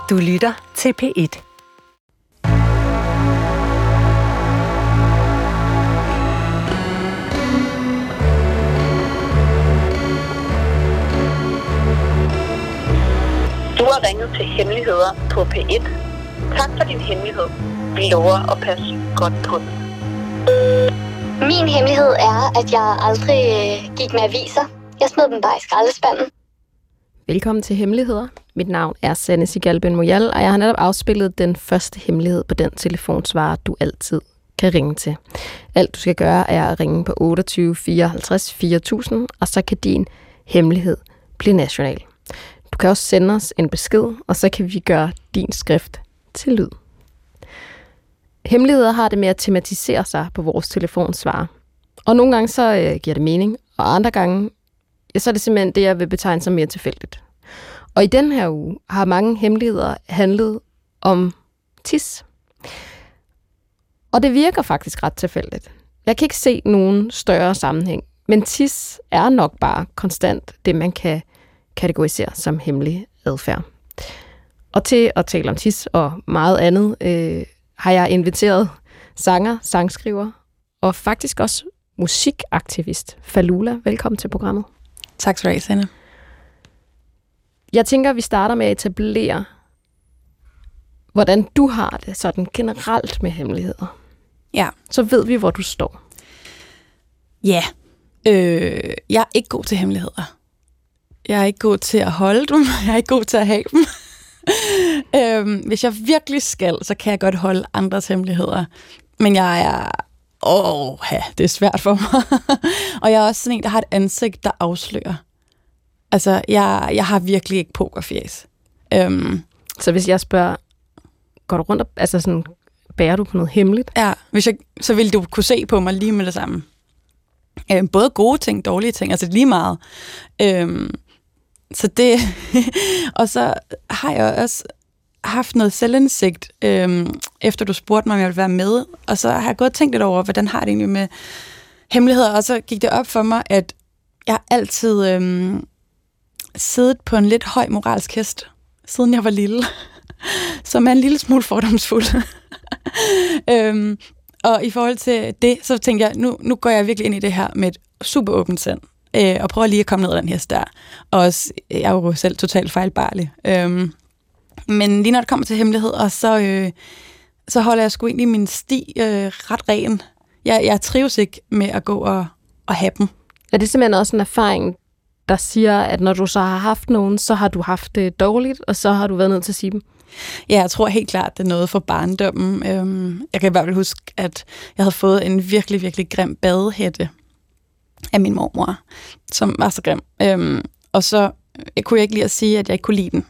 Du lytter til P1. Du har ringet til Hemmeligheder på P1. Tak for din hemmelighed. Vi lover at passe godt på den. Min hemmelighed er, at jeg aldrig gik med aviser. Jeg smed dem bare i skraldespanden. Velkommen til Hemmeligheder. Mit navn er Sanne Sigalben Moyal, og jeg har netop afspillet den første hemmelighed på den telefonsvarer, du altid kan ringe til. Alt du skal gøre er at ringe på 28 54 4000, og så kan din hemmelighed blive national. Du kan også sende os en besked, og så kan vi gøre din skrift til lyd. Hemmeligheder har det med at tematisere sig på vores telefonsvarer. Og nogle gange så giver det mening, og andre gange så er det simpelthen det, jeg vil betegne som mere tilfældigt. Og i den her uge har mange hemmeligheder handlet om tis. Og det virker faktisk ret tilfældigt. Jeg kan ikke se nogen større sammenhæng, men tis er nok bare konstant det, man kan kategorisere som hemmelig adfærd. Og til at tale om tis og meget andet, har jeg inviteret sanger, sangskriver og faktisk også musikaktivist Falula. Velkommen til programmet. Tak skal du have, Sanne. Jeg tænker, vi starter med at etablere, hvordan du har det sådan generelt med hemmeligheder. Ja. Så ved vi, hvor du står. Ja. Jeg er ikke god til hemmeligheder. Jeg er ikke god til at holde dem. Jeg er ikke god til at have dem. Hvis jeg virkelig skal, så kan jeg godt holde andres hemmeligheder. Men jeg er... det er svært for mig. Og jeg er også sådan en, der har et ansigt, der afslører. Altså, jeg har virkelig ikke pokerfjæs. Så hvis jeg spørger, går du rundt og bærer du på noget hemmeligt? Ja, så ville du kunne se på mig lige med det samme. Både gode ting, dårlige ting, altså lige meget. Så det... og så har jeg også haft noget selvindsigt, efter du spurgte mig, om jeg ville være med. Og så har jeg gået og tænkt lidt over, hvordan har det egentlig med hemmeligheder. Og så gik det op for mig, at jeg har altid siddet på en lidt høj moralsk hest, siden jeg var lille. Som er en lille smule fordomsfuld. Og i forhold til det, så tænkte jeg, nu går jeg virkelig ind i det her med et super åbent sind. Og prøver lige at komme ned ad den hest der. Og også, jeg er jo selv totalt fejlbarlig. Men lige når det kommer til hemmeligheder, så holder jeg sgu egentlig min sti ret ren. Jeg trives ikke med at gå og have dem. Er det simpelthen også en erfaring, der siger, at når du så har haft nogen, så har du haft det dårligt, og så har du været nødt til at sige dem? Ja, jeg tror helt klart, det er noget for barndommen. Jeg kan i hvert fald huske, at jeg havde fået en virkelig, virkelig grim badehætte af min mormor, som var så grim. Og så kunne jeg ikke lide at sige, at jeg ikke kunne lide den.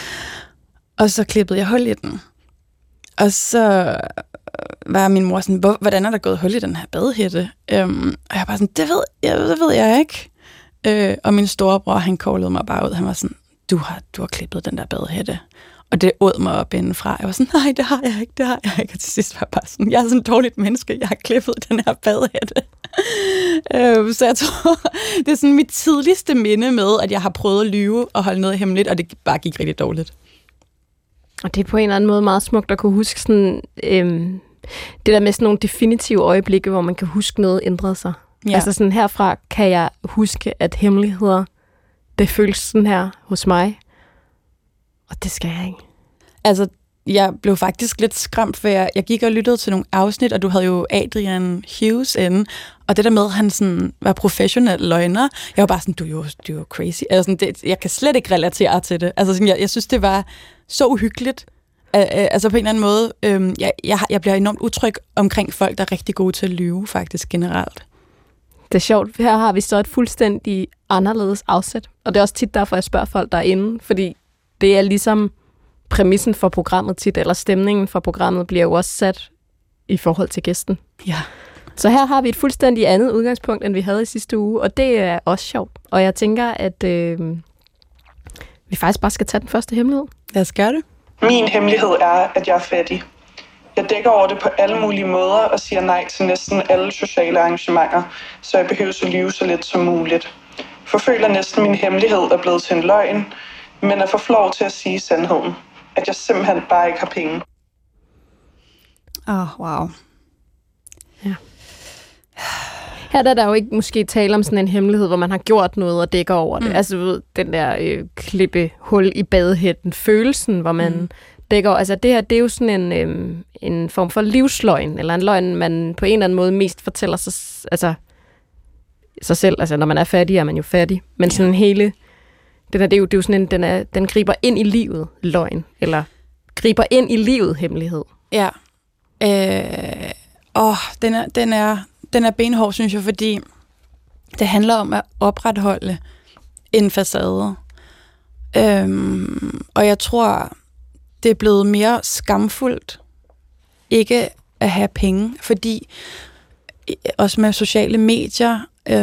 Og så klippede jeg hul i den. Og så var min mor sådan, hvordan er der gået hul i den her badehætte? Og jeg var bare sådan, det ved jeg ikke. Og min storebror, han callede mig bare ud. Han var sådan, du har klippet den der badehætte. Og det åd mig op indenfra. Jeg var sådan, nej, det har jeg ikke. Og til sidst var jeg bare sådan, jeg er sådan et dårligt menneske. Jeg har klippet den her badehætte. Så jeg tror, det er sådan mit tidligste minde med, at jeg har prøvet at lyve og holde noget hemmeligt, og det bare gik rigtig dårligt. Og det er på en eller anden måde meget smukt at kunne huske sådan, det der med sådan nogle definitive øjeblikke, hvor man kan huske noget ændrede sig. Ja. Altså sådan herfra kan jeg huske, at hemmeligheder, det føles sådan her hos mig. Og det skal jeg ikke. Altså, jeg blev faktisk lidt skræmt, for jeg gik og lyttede til nogle afsnit, og du havde jo Adrian Hughes inde, og det der med, at han sådan var professionel løgner, jeg var bare sådan, du er jo crazy. Altså, jeg kan slet ikke relatere til det. Altså, sådan, jeg synes, det var så uhyggeligt. Altså på en eller anden måde, jeg bliver enormt utryg omkring folk, der er rigtig gode til at lyve, faktisk generelt. Det er sjovt. Her har vi så et fuldstændig anderledes afsæt. Og det er også tit derfor, jeg spørger folk derinde, fordi det er ligesom præmissen for programmet tit, eller stemningen for programmet bliver jo også sat i forhold til gæsten. Ja. Så her har vi et fuldstændig andet udgangspunkt, end vi havde i sidste uge, og det er også sjovt. Og jeg tænker, at vi faktisk bare skal tage den første hemmelighed. Lad os gøre det. Min hemmelighed er, at jeg er fattig. Jeg dækker over det på alle mulige måder og siger nej til næsten alle sociale arrangementer, så jeg behøver at lyve så lidt som muligt. Forføler næsten min hemmelighed er blevet til en løgn, men er for flov til at sige sandheden. at jeg simpelthen bare ikke har penge. Wow. Ja. Her er der jo ikke måske tale om sådan en hemmelighed, hvor man har gjort noget og dækker over det. Altså ved, den der klippehul i badehætten, følelsen, hvor man dækker over. Altså det her, det er jo sådan en form for livsløgn, eller en løgn, man på en eller anden måde mest fortæller sig selv. Altså når man er fattig, er man jo fattig. Men sådan hele, det der, det er jo sådan en, den griber ind i livet, løgn, eller griber ind i livet, hemmelighed. Ja. Den er benhård, synes jeg, fordi det handler om at opretholde en facade. Og jeg tror, det er blevet mere skamfuldt ikke at have penge, fordi også med sociale medier,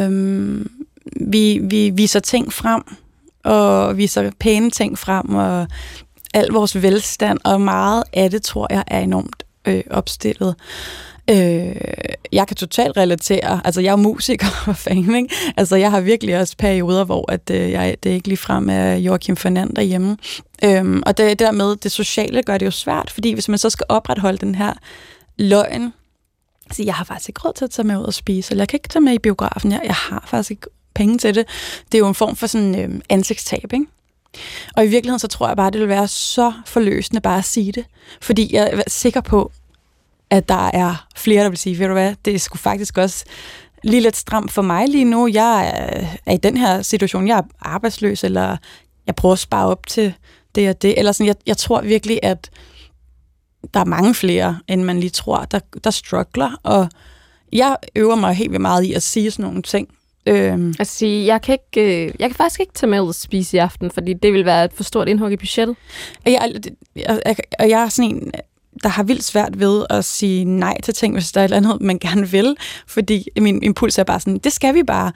vi viser ting frem, og viser pæne ting frem, og al vores velstand, og meget af det, tror jeg, er enormt opstillet. Jeg kan totalt relatere. Altså, jeg er musiker og fan, ikke? Altså, jeg har virkelig også perioder, hvor det ikke ligefrem er Joachim Fernand derhjemme. Og det der med det sociale gør det jo svært, fordi hvis man så skal opretholde den her løgn, så jeg har faktisk ikke råd til at tage med ud og spise, eller jeg kan ikke tage med i biografen, jeg har faktisk ikke penge til det. Det er jo en form for sådan ansigtstab, ikke? Og i virkeligheden, så tror jeg bare, det vil være så forløsende bare at sige det. Fordi jeg er sikker på, at der er flere, der vil sige, ved du hvad, det er sgu faktisk også lige lidt stramt for mig lige nu. Jeg er i den her situation, jeg er arbejdsløs, eller jeg prøver at spare op til det og det. Eller sådan, jeg tror virkelig, at der er mange flere, end man lige tror, der struggler. Og jeg øver mig helt vildt meget i at sige sådan nogle ting. At sige, jeg kan faktisk ikke tage med ud og spise i aften, fordi det vil være et for stort indhug i budgettet. Og jeg er sådan en, der har vildt svært ved at sige nej til ting, hvis der er et eller andet, man gerne vil, fordi min impuls er bare sådan, det skal vi bare.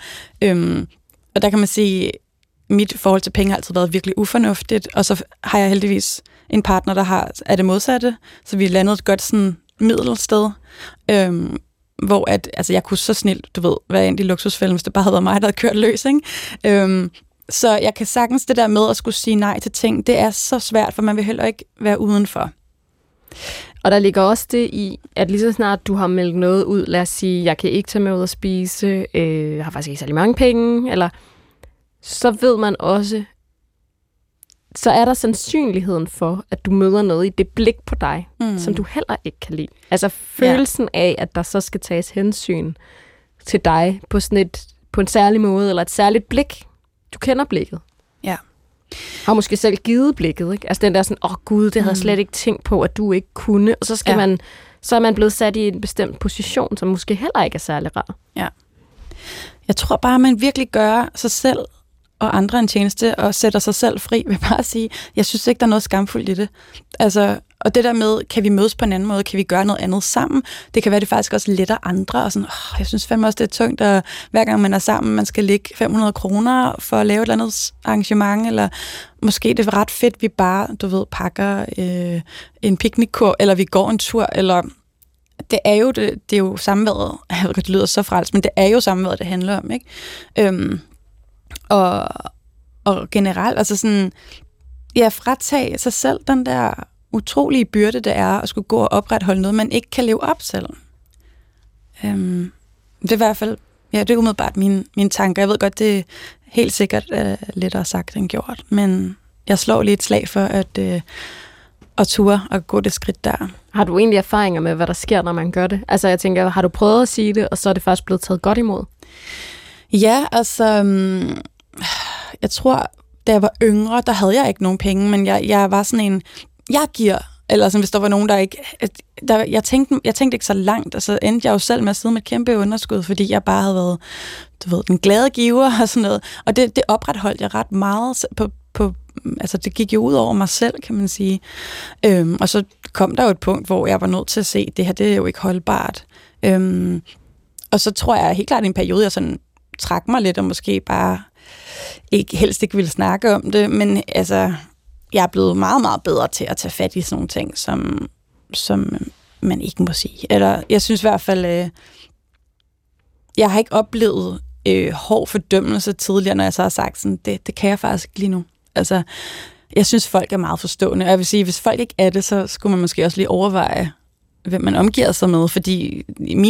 Og der kan man sige, mit forhold til penge har altid været virkelig ufornuftigt, og så har jeg heldigvis en partner, der er det modsatte, så vi er landet et godt sådan middelsted, hvor jeg kunne så snilt, du ved, være ind i luksusfælden, hvis det bare havde været mig, der havde kørt løs, ikke? Så jeg kan sagtens det der med at skulle sige nej til ting, det er så svært, for man vil heller ikke være udenfor. Og der ligger også det i, at lige så snart du har meldt noget ud, lad os sige, jeg kan ikke tage med ud og spise, jeg har faktisk ikke særlig mange penge, eller så ved man også, så er der sandsynligheden for, at du møder noget i det blik på dig, som du heller ikke kan lide. Altså følelsen af, at der så skal tages hensyn til dig på en særlig måde, eller et særligt blik. Du kender blikket. Ja. Har måske selv givet blikket, ikke? Altså den der sådan, gud, det havde jeg slet ikke tænkt på, at du ikke kunne. Og så så er man blevet sat i en bestemt position, som måske heller ikke er særlig rar. Ja. Jeg tror bare, at man virkelig gør sig selv og andre en tjeneste, og sætter sig selv fri, vil bare sige, jeg synes ikke, der er noget skamfuldt i det. Altså, og det der med, kan vi mødes på en anden måde, kan vi gøre noget andet sammen, det kan være, det faktisk også letter andre, og sådan, jeg synes fandme også, det er tungt, at hver gang man er sammen, man skal lægge 500 kroner for at lave et eller andet arrangement, eller måske det er ret fedt, vi bare, du ved, pakker en piknikkur, eller vi går en tur, eller det er jo samværet, det lyder så frelst, men det er jo samværet, det handler om, ikke? Og generelt, altså sådan, fratage sig selv den der utrolige byrde, det er at skulle gå og opretholde noget, man ikke kan leve op selv. Det er i hvert fald, det er umiddelbart mine tanker. Jeg ved godt, det er helt sikkert lettere sagt end gjort, men jeg slår lige et slag for at ture og gå det skridt der. Har du egentlig erfaringer med, hvad der sker, når man gør det? Altså jeg tænker, har du prøvet at sige det, og så er det faktisk blevet taget godt imod? Ja, altså, jeg tror, da jeg var yngre, der havde jeg ikke nogen penge, men jeg var sådan en, jeg giver, eller sådan, hvis der var nogen, der ikke, jeg tænkte ikke så langt, og så endte jeg jo selv med at sidde med et kæmpe underskud, fordi jeg bare havde været, du ved, den glade giver og sådan noget, og det opretholdt jeg ret meget på altså det gik jo ud over mig selv, kan man sige. Og så kom der jo et punkt, hvor jeg var nødt til at se, det her, det er jo ikke holdbart. Og så tror jeg helt klart i en periode, jeg sådan trak mig lidt, og måske bare helst ikke ville snakke om det, men altså, jeg er blevet meget, meget bedre til at tage fat i sådan nogle ting, som man ikke må sige. Eller jeg synes i hvert fald, jeg har ikke oplevet hård fordømmelse tidligere, når jeg så har sagt sådan, det kan jeg faktisk ikke lige nu. Altså, Jeg synes, folk er meget forstående. Og jeg vil sige, hvis folk ikke er det, så skulle man måske også lige overveje, hvem man omgiver sig med. Fordi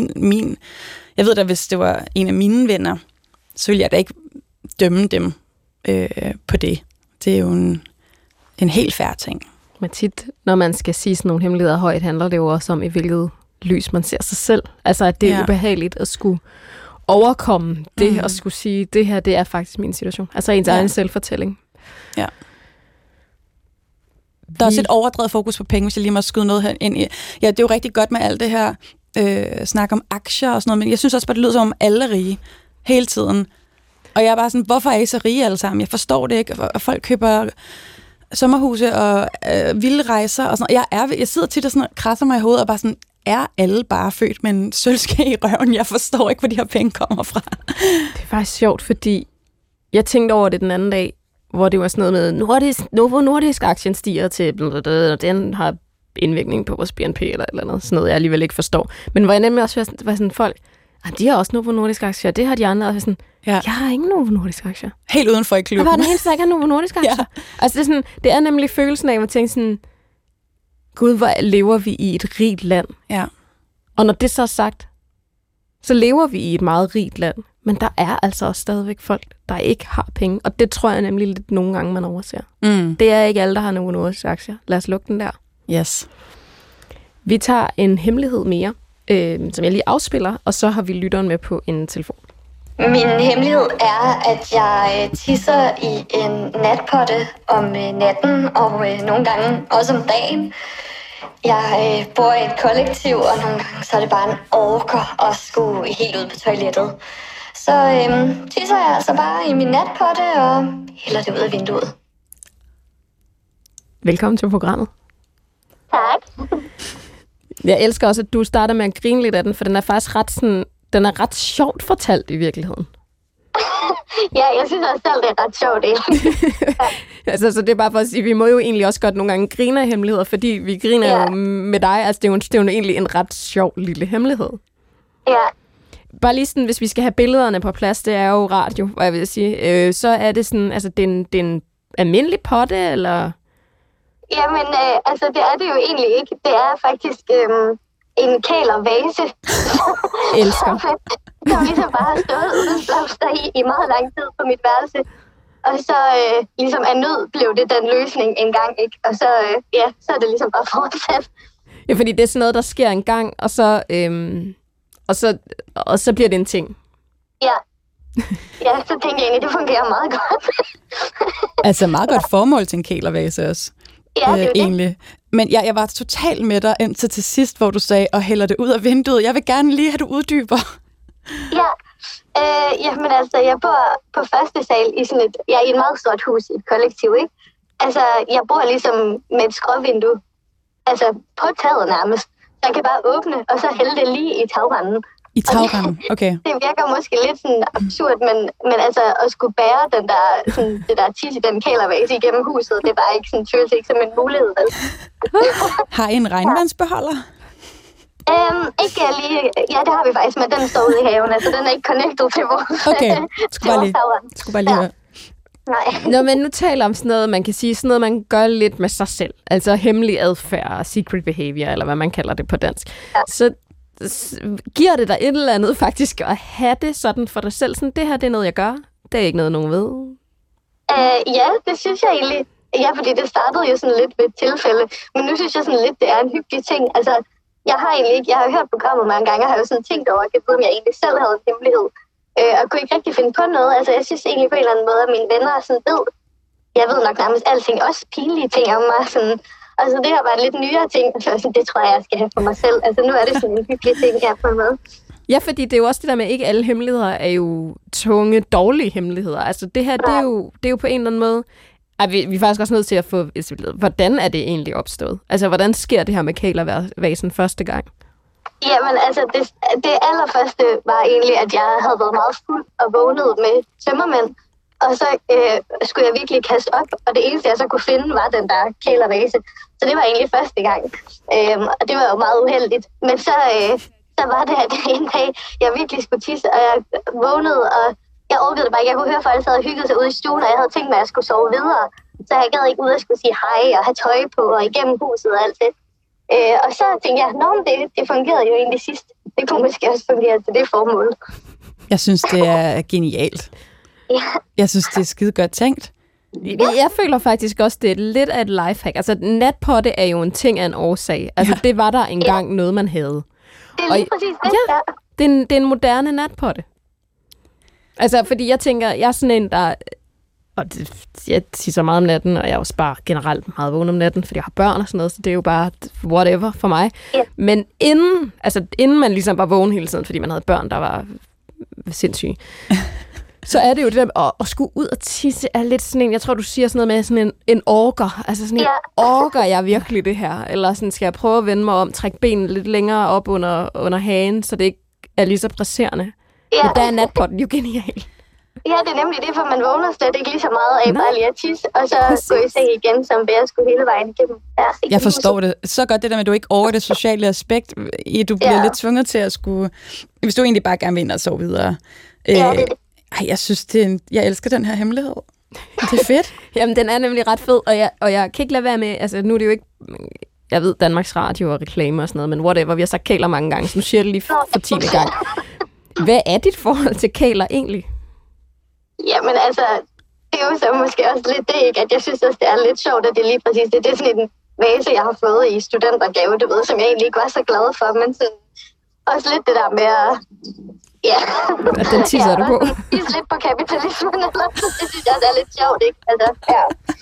jeg ved da, hvis det var en af mine venner, så ville jeg da ikke dømme dem på det. Det er jo en helt fair ting. Men tit, når man skal sige sådan nogle hemmeligheder højt, handler det jo også om, i hvilket lys man ser sig selv. Altså, at det er ubehageligt at skulle overkomme det, og skulle sige, det her, det er faktisk min situation. Altså ens egen selvfortælling. Ja. Der er også et overdrevet fokus på penge, hvis jeg lige må skyde noget her ind i. Ja, det er jo rigtig godt med alt det her snak om aktier og sådan noget, men jeg synes også bare, det lyder som om alle er rige hele tiden. Og jeg er bare sådan, hvorfor er I så rige alle sammen? Jeg forstår det ikke. Og folk køber sommerhuse og vilde rejser og sådan noget. Jeg sidder tit og sådan krasser mig i hovedet og bare sådan, er alle bare født med en sølvske i røven? Jeg forstår ikke, hvor de her penge kommer fra. Det er faktisk sjovt, fordi jeg tænkte over det den anden dag, hvor det var sådan noget med, Novo Nordisk aktien stiger til, og den har indvirkning på vores BNP eller et eller andet. Sådan noget, jeg alligevel ikke forstår. Men hvor jeg nemlig også var sådan folk, de har også Novo Nordisk aktier, det har de andre også sådan, jeg har ingen Novo Nordisk aktier. Helt udenfor i klubben. Jeg var den eneste, der ikke har Novo Nordisk aktier. Ja. Altså det er nemlig følelsen af at tænke sådan, gud, hvor lever vi i et rigt land. Ja. Og når det så er sagt, så lever vi i et meget rigt land. Men der er altså også stadigvæk folk, der ikke har penge. Og det tror jeg nemlig lidt nogle gange, man overser. Det er ikke alle, der har Novo Nordisk aktier. Lad os lukke den der. Yes. Vi tager en hemmelighed mere, som jeg lige afspiller, og så har vi lytteren med på en telefon. Min hemmelighed er, at jeg tisser i en natpotte om natten, og nogle gange også om dagen. Jeg bor i et kollektiv, og nogle gange så er det bare en orker at skulle helt ud på toilettet. Så tisser jeg altså bare i min natpotte og hælder det ud af vinduet. Velkommen til programmet. Tak. Jeg elsker også, at du starter med at grine lidt af den, for den er faktisk ret sjovt fortalt i virkeligheden. Ja, jeg synes også selv, det er ret sjovt, altså, så det er bare for at sige, vi må jo egentlig også godt nogle gange grine af hemmeligheder, fordi vi griner jo med dig. Altså, det er jo egentlig en ret sjov lille hemmelighed. Ja. Bare lige sådan, hvis vi skal have billederne på plads, det er jo radio, hvad jeg vil sige, så er det sådan, altså, det er en almindelig potte, eller? Jamen, altså, det er det jo egentlig ikke. Det er faktisk en kælervase. Elsker. Som ligesom bare har stået uden blomster i meget lang tid på mit værelse. Og så ligesom af nød blev det den løsning en gang, ikke? Og så, så er det ligesom bare fortsat. Ja, fordi det er sådan noget, der sker en gang, og så bliver det en ting. Ja. Ja, så tænker jeg egentlig, det fungerer meget godt. Altså meget godt formål til en kælervase også. Ja, det er egentlig. Men jeg var totalt med dig indtil til sidst, hvor du sagde, og hælder det ud af vinduet. Jeg vil gerne lige have, du uddyber. Ja, men altså, jeg bor på første sal jeg er i et meget stort hus i et kollektiv, ikke? Altså, jeg bor ligesom med et skråvindue, altså på taget nærmest. Så jeg kan bare åbne, og så hælde det lige i tagrenden. I tagrenden, okay. Det virker måske lidt sådan absurd, men altså at skulle bære det der tis i den kælervase igennem huset, det var ikke sådan, føles ikke som en mulighed, vel? Har I en regnvandsbeholder? Ikke lige. Ja, det har vi faktisk, men den står ude i haven, altså den er ikke connected til vores. Okay, skulle bare lige høre. Nej. Når man nu taler om sådan noget, man kan sige sådan noget, man gør lidt med sig selv, altså hemmelig adfærd, secret behavior, eller hvad man kalder det på dansk, så giver det dig et eller andet faktisk at have det sådan for dig selv? Sådan, det her, det er noget, jeg gør. Det er ikke noget, nogen ved. Ja, det synes jeg egentlig. Ja, fordi det startede jo sådan lidt ved et tilfælde. Men nu synes jeg sådan lidt, det er en hyggelig ting. Altså, jeg har hørt programmet mange gange, og har jo sådan tænkt over, om jeg egentlig selv havde en hemmelighed. Og kunne ikke rigtig finde på noget. Altså, jeg synes egentlig på en eller anden måde, at mine venner er sådan jeg ved nok nærmest alting, også pinlige ting om mig. Sådan, altså, det har været lidt nyere ting, så det tror jeg skal have for mig selv. Altså, nu er det sådan en hyggelig ting, jeg på en måde. Ja, fordi det er jo også det der med, at ikke alle hemmeligheder er jo tunge, dårlige hemmeligheder. Altså, det her, det er jo på en eller anden måde. Vi er faktisk også nødt til at få, hvordan er det egentlig opstået? Altså, hvordan sker det her med kælervasen første gang? Jamen, altså, det allerførste var egentlig, at jeg havde været meget fuld og vågnet med tømmermænd. Og så skulle jeg virkelig kaste op, og det eneste, jeg så kunne finde, var den der kælervase. Så det var egentlig første gang. Og det var jo meget uheldigt. Men så var det, at en dag, jeg virkelig skulle tisse, og jeg vågnede, og jeg orkede det bare ikke. Jeg kunne høre, at folk sad og hyggede sig ude i stuen, og jeg havde tænkt mig, at jeg skulle sove videre. Så jeg gad ikke ud og skulle sige hej og have tøj på og igennem huset og alt det. Og så tænkte jeg, det fungerede jo egentlig sidst. Det kunne måske også fungere til det formål. Jeg synes, det er genialt. Ja. Jeg synes, det er skide godt tænkt. Jeg føler faktisk også, det er lidt af et lifehack. Altså, natpotte er jo en ting af en årsag. Altså, det var der engang noget, man havde. Det er lige præcis det. Ja, det er en moderne natpotte. Altså, fordi jeg tænker, jeg er sådan en, der... Og jeg tisser meget om natten, og jeg er også bare generelt meget vågen om natten, fordi jeg har børn og sådan noget, så det er jo bare whatever for mig. Ja. Men inden man ligesom var vågen hele tiden, fordi man havde børn, der var sindssyge, så er det jo det der, at skulle ud og tisse er lidt sådan en, jeg tror, du siger sådan noget med sådan en orker. Altså sådan en, orker jeg virkelig det her? Eller sådan, skal jeg prøve at vende mig om, trække benene lidt længere op under hagen, så det ikke er lige så presserende. Ja. Men der er natpotten jo genial. Ja, det er nemlig det, for man vågner slet ikke lige så meget af bare lige at tisse, og så gå i seng igen, som ved at skulle hele vejen igennem. Ja, jeg forstår det så godt, det der med, at du ikke over det sociale aspekt, du bliver lidt tvunget til at skulle, hvis du egentlig bare gerne vil ind og sove videre. Jeg synes, jeg elsker den her hemmelighed. Det er fedt. Jamen, den er nemlig ret fed, og jeg kan ikke lade være med, altså nu er det jo ikke, jeg ved, Danmarks Radio og reklamer og sådan noget, men whatever, vi har sagt kæler mange gange, så nu siger jeg det lige for 10. gang. Hvad er dit forhold til kæler egentlig? Jamen altså, det er jo så måske også lidt det, ikke? At jeg synes også, det er lidt sjovt, at det er lige præcis det. Det er sådan en vase, jeg har fået i studentergave, du ved, som jeg egentlig ikke var så glad for, men sådan, også lidt det der med at... Ja. Den tisser du på. Tisse lidt på kapitalismen, eller det synes jeg, det er lidt sjovt, ikke? Altså, ja.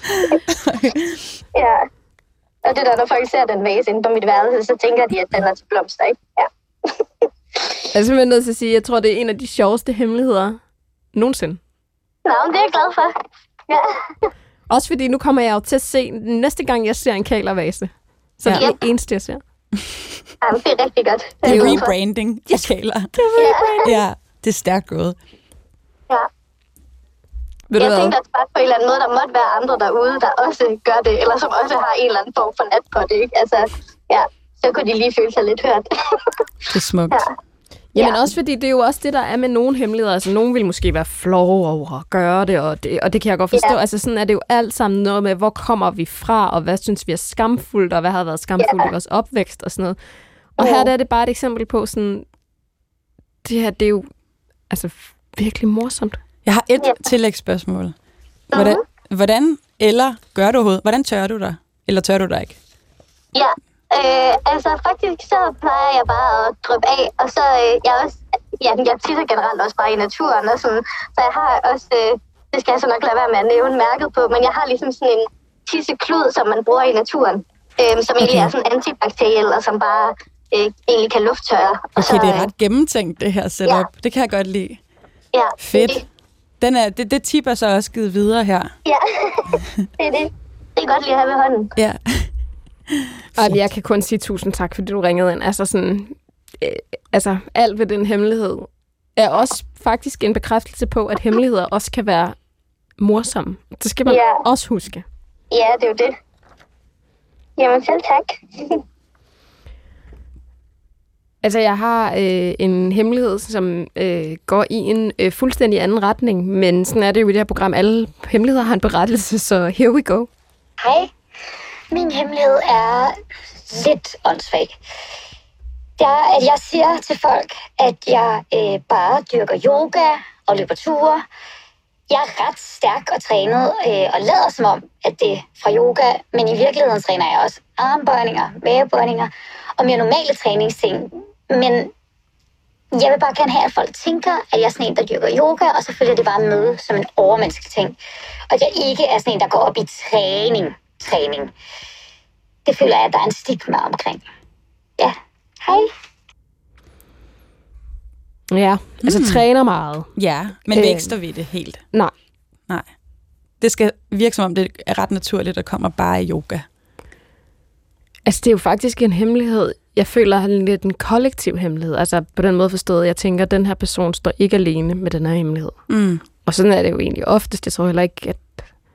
Ja. Og det der, når folk ser den vase inde på mit værelse, så tænker de, at den er til blomster, ikke? Ja. Jeg er simpelthen nødt til at sige, at jeg tror, det er en af de sjoveste hemmeligheder nogensinde. Nå, det er jeg glad for. Ja. Også fordi nu kommer jeg jo til at se, næste gang jeg ser en kælervase. Så det er det eneste, jeg ser. Jamen, det er rigtig godt. Det er rebranding af kæler. Det er rebranding. Ja, det er stærkt gået. Ja. Jeg tænkte at bare på en eller anden måde, der måtte være andre derude, der også gør det, eller som også har en eller anden form for natpotte, ikke? Altså, ja, så kunne de lige føle sig lidt hørt. Det er smukt. Ja. Jamen også fordi, det er jo også det, der er med nogle hemmeligheder. Altså, nogen vil måske være flove over at gøre det, og det kan jeg godt forstå. Ja. Altså, sådan er det jo alt sammen noget med, hvor kommer vi fra, og hvad synes vi er skamfuldt, og hvad har været skamfuldt i vores opvækst, og sådan noget. Og her der er det bare et eksempel på sådan, det her, det er jo altså virkelig morsomt. Jeg har et tillægsspørgsmål. Hvordan, eller gør du overhovedet, hvordan tørrer du dig? Eller tørrer du dig ikke? Ja. Altså faktisk så plejer jeg bare at dryppe af, og så jeg tisser generelt også bare i naturen og sådan, så jeg har også, det skal jeg så nok lade være med at nævne mærket på, men jeg har ligesom sådan en tisseklud, som man bruger i naturen, som egentlig er sådan antibakteriel, og som bare egentlig kan lufttørre. Okay, så, det er ret gennemtænkt det her setup, det kan jeg godt lide. Ja. Fedt. Det tip er så også givet videre her. Ja, det er det. Det er godt lige at have ved hånden. Ja. Jeg kan kun sige 1000 tak, fordi du ringede ind. Altså sådan, alt ved den hemmelighed er også faktisk en bekræftelse på, at hemmeligheder også kan være morsomme. Det skal man også huske. Ja, det er jo det. Jamen selv tak. Altså, jeg har en hemmelighed, som går i en fuldstændig anden retning, men sådan er det jo i det her program. Alle hemmeligheder har en berettelse, så here we go. Hej. Min hemmelighed er lidt åndssvag. Det er, at jeg siger til folk, at jeg bare dyrker yoga og løber ture. Jeg er ret stærk og trænet og lader som om, at det er fra yoga, men i virkeligheden træner jeg også armbøjninger, mavebøjninger og mere normale træningsting. Men jeg vil bare gerne have, at folk tænker, at jeg er sådan en, der dyrker yoga, og så følger det bare med som en overmenneskelig ting. Og at jeg ikke er sådan en, der går op i træning. Det føler jeg, at der er en stigma omkring. Ja, hej. Ja, altså træner meget. Ja, men vækster vi det helt? Nej. Det skal virke som om, det er ret naturligt, at kommer bare i yoga. Altså, det er jo faktisk en hemmelighed. Jeg føler, at det er lidt en kollektiv hemmelighed. Altså, på den måde forstået, jeg tænker, at den her person står ikke alene med den her hemmelighed. Mm. Og sådan er det jo egentlig oftest. Jeg tror heller ikke, at...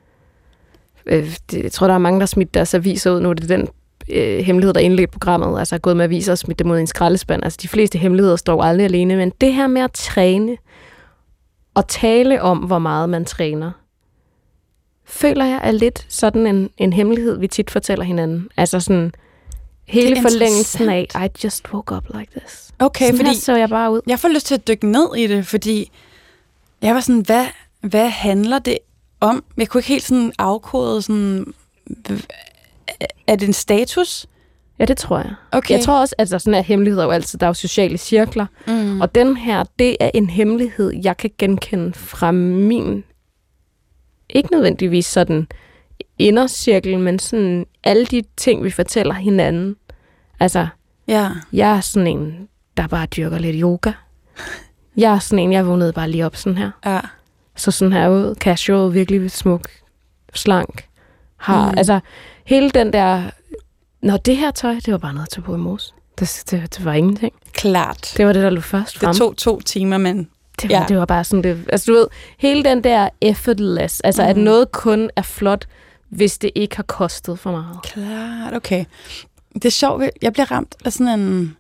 jeg tror, der er mange, der smidt deres aviser ud nu. Det er den hemmelighed, der indledte programmet. Altså, er gået med aviser og smidt det mod en skraldespand. Altså, de fleste hemmeligheder står jo aldrig alene. Men det her med at træne og tale om, hvor meget man træner, føler jeg er lidt sådan en hemmelighed, vi tit fortæller hinanden. Altså sådan hele forlængelsen af, I just woke up like this. Okay, sådan fordi her så jeg bare ud. Jeg får lyst til at dykke ned i det, fordi jeg var sådan, hvad handler det om? Jeg kunne ikke helt sådan afkode sådan, er det en status? Ja, det tror jeg. Okay. Jeg tror også, at sådan er hemmeligheder jo altid, der er jo sociale cirkler. Og den her, det er en hemmelighed, jeg kan genkende fra min, ikke nødvendigvis sådan indercirkel, men sådan alle de ting, vi fortæller hinanden. Altså, jeg er sådan en, der bare dyrker lidt yoga. Jeg er sådan en, jeg vågnede bare lige op sådan her. Ja. Så sådan her ud, casual, virkelig smuk, slank. Altså, hele den der, det her tøj, det var bare noget, jeg tog på i morges. Det var ingenting. Klart. Det var det, der lå først frem. Det tog 2 timer, men... Det var bare sådan det. Altså, du ved, hele den der effortless, altså at noget kun er flot, hvis det ikke har kostet for meget. Klart, okay. Det er sjovt, jeg bliver ramt af sådan en...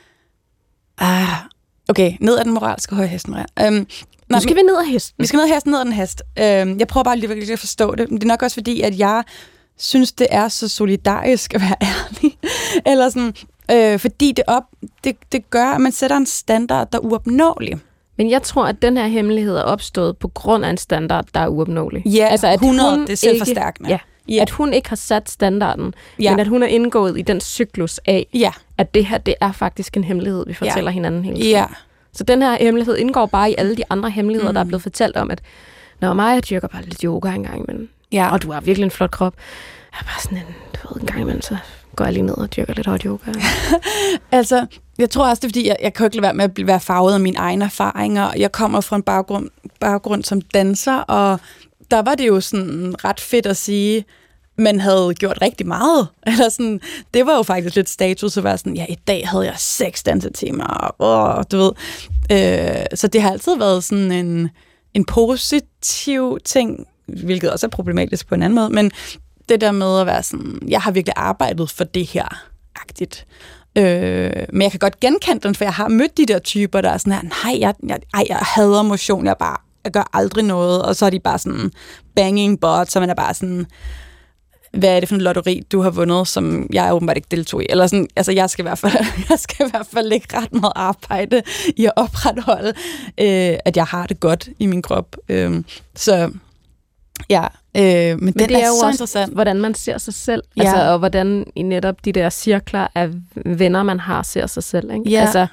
okay, ned ad den moralske høje hesten. Nu skal vi ned ad hesten. Vi skal ned ad den hest. Jeg prøver bare lige virkelig at forstå det. Men det er nok også fordi, at jeg synes, det er så solidarisk at være ærlig. Eller sådan, fordi det gør, at man sætter en standard, der er uopnåelig. Men jeg tror, at den her hemmelighed er opstået på grund af en standard, der er uopnåelig. Ja, altså, at 100, det er selvforstærkende. At hun ikke har sat standarden, men at hun er indgået i den cyklus af, at det her, det er faktisk en hemmelighed, vi fortæller hinanden hele tiden. Ja. Så den her hemmelighed indgår bare i alle de andre hemmeligheder, der er blevet fortalt om, at når jeg dyrker bare lidt yoga en gang imellem, og du har virkelig en flot krop, jeg er bare sådan en gang imellem, så går jeg lige ned og dyrker lidt hot yoga. Altså, jeg tror også, det er fordi, jeg kan jo ikke lade være med at være farvet af mine egne erfaringer. Jeg kommer fra en baggrund som danser, og der var det jo sådan ret fedt at sige, man havde gjort rigtig meget. Eller sådan, det var jo faktisk lidt status at være sådan, i dag havde jeg 6 dansetimer, og du ved. Så det har altid været sådan en positiv ting, hvilket også er problematisk på en anden måde, men det der med at være sådan, jeg har virkelig arbejdet for det her-agtigt. Men jeg kan godt genkende den, for jeg har mødt de der typer, der er sådan her, jeg hader motion, jeg gør aldrig noget, og så er de bare sådan banging bot, så man er bare sådan, hvad er det for en lotteri, du har vundet, som jeg åbenbart ikke deltog i? Eller sådan, altså jeg skal i hvert fald lægge ret meget arbejde i at opretholde, at jeg har det godt i min krop. Så ja, men det er jo så interessant. Hvordan man ser sig selv, altså, og hvordan i netop de der cirkler af venner, man har, ser sig selv. Ikke? Ja. Altså,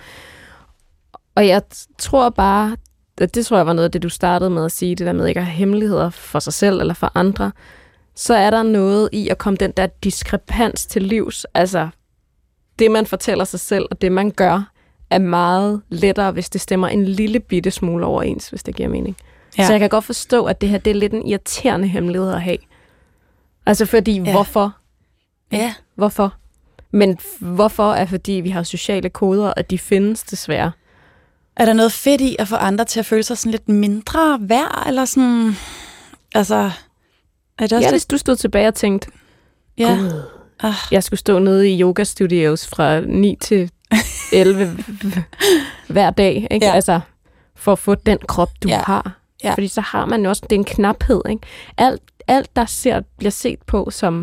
og jeg tror bare, det tror jeg var noget af det, du startede med at sige, det der med ikke at have hemmeligheder for sig selv eller for andre, så er der noget i at komme den der diskrepans til livs. Altså, det man fortæller sig selv, og det man gør, er meget lettere, hvis det stemmer en lille bitte smule overens, hvis det giver mening. Ja. Så jeg kan godt forstå, at det her, det er lidt en irriterende hemmelighed at have. Altså fordi, hvorfor? Ja. Hvorfor? Men hvorfor er fordi, vi har sociale koder, og de findes desværre. Er der noget fedt i at få andre til at føle sig sådan lidt mindre værd, eller sådan, altså... Er det også hvis du stod tilbage og tænkte, Gud, jeg skulle stå nede i yoga studios fra 9 til 11 hver dag, ikke? Ja. Altså, for at få den krop, du har. Ja. Fordi så har man jo også, det er en knaphed, ikke? Alt der bliver set på som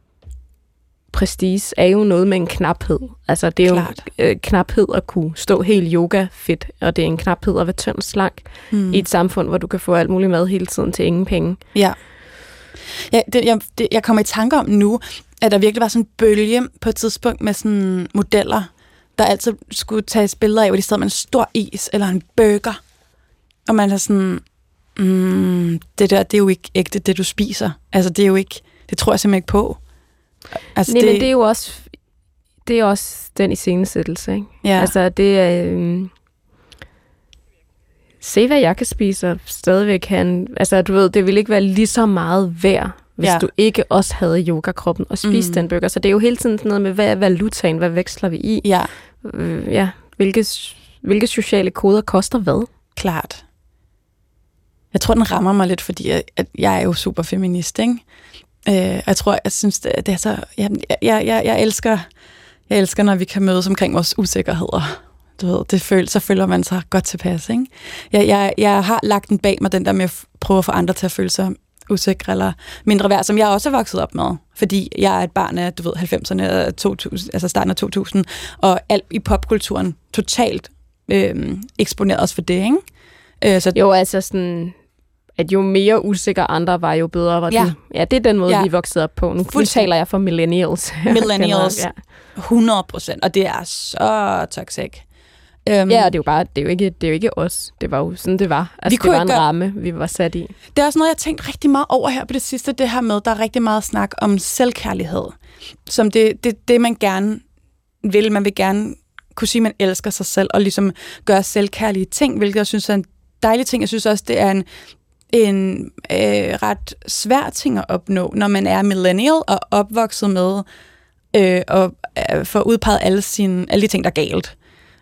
prestige, er jo noget med en knaphed. Altså, det er jo en knaphed at kunne stå helt yoga fedt, og det er en knaphed at være tynd slank i et samfund, hvor du kan få alt muligt mad hele tiden til ingen penge. Ja. Jeg kommer i tanke om nu, at der virkelig var sådan en bølge på et tidspunkt med sådan modeller, der altid skulle tages billeder af, hvor de stod med en stor is eller en burger. Og man er sådan, det der, det er jo ikke ægte, det du spiser. Altså, det er jo ikke, det tror jeg simpelthen ikke på. Altså, nej, men det er jo også den iscenesættelse, ikke? Ja. Altså, det er... se, hvad jeg kan spise, og stadigvæk have altså, du ved, det ville ikke være lige så meget værd, hvis du ikke også havde yogakroppen og spiste den burger. Så det er jo hele tiden sådan noget med, hvad er valutaen, hvad veksler vi i? Ja. Hvilke sociale koder koster hvad? Klart. Jeg tror, den rammer mig lidt, fordi at jeg er jo super feminist, ikke? Jeg tror, jeg synes, det er så... Jeg elsker, når vi kan mødes omkring vores usikkerheder. Du ved, så føler man sig godt tilpas, ikke? Jeg har lagt den bag mig, den der med at prøve at få andre til at føle sig usikre eller mindre værd, som jeg også er vokset op med. Fordi jeg er et barn af, 90'erne og 2000, altså starten af 2000, og alt i popkulturen totalt eksponeret os for det, ikke? Så jo, altså sådan, at jo mere usikre andre var, jo bedre var de. Ja, det er den måde, vi er vokset op på. Nu taler jeg for millennials. Millennials, 100%, og det er så toxic. Ja, og det er jo ikke os. Det var jo sådan, det var. Altså, det var en ramme, vi var sat i. Det er også noget, jeg har tænkt rigtig meget over her på det sidste, det her med, der er rigtig meget snak om selvkærlighed. Som det man gerne vil. Man vil gerne kunne sige, at man elsker sig selv, og ligesom gøre selvkærlige ting, hvilket jeg synes er en dejlig ting. Jeg synes også, det er en ret svær ting at opnå, når man er millennial og opvokset med og få udpeget alle de ting, der er galt.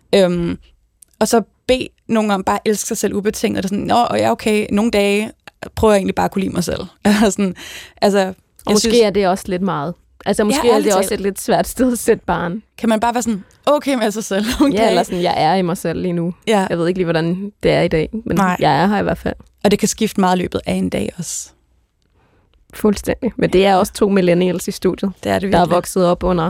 Og så bede nogen om bare at elske sig selv ubetinget. Og sådan, okay, nogle dage prøver jeg egentlig bare at kunne lide mig selv. Sådan, altså, måske er det også lidt meget. Altså måske er det også et lidt svært sted at sætte barn. Kan man bare være sådan, okay med sig selv? Okay. Ja, eller sådan, jeg er i mig selv lige nu. Ja. Jeg ved ikke lige, hvordan det er i dag, men jeg er her i hvert fald. Og det kan skifte meget i løbet af en dag også. Fuldstændig. Men det er også 2 millennials i studiet, det er det der er vokset op under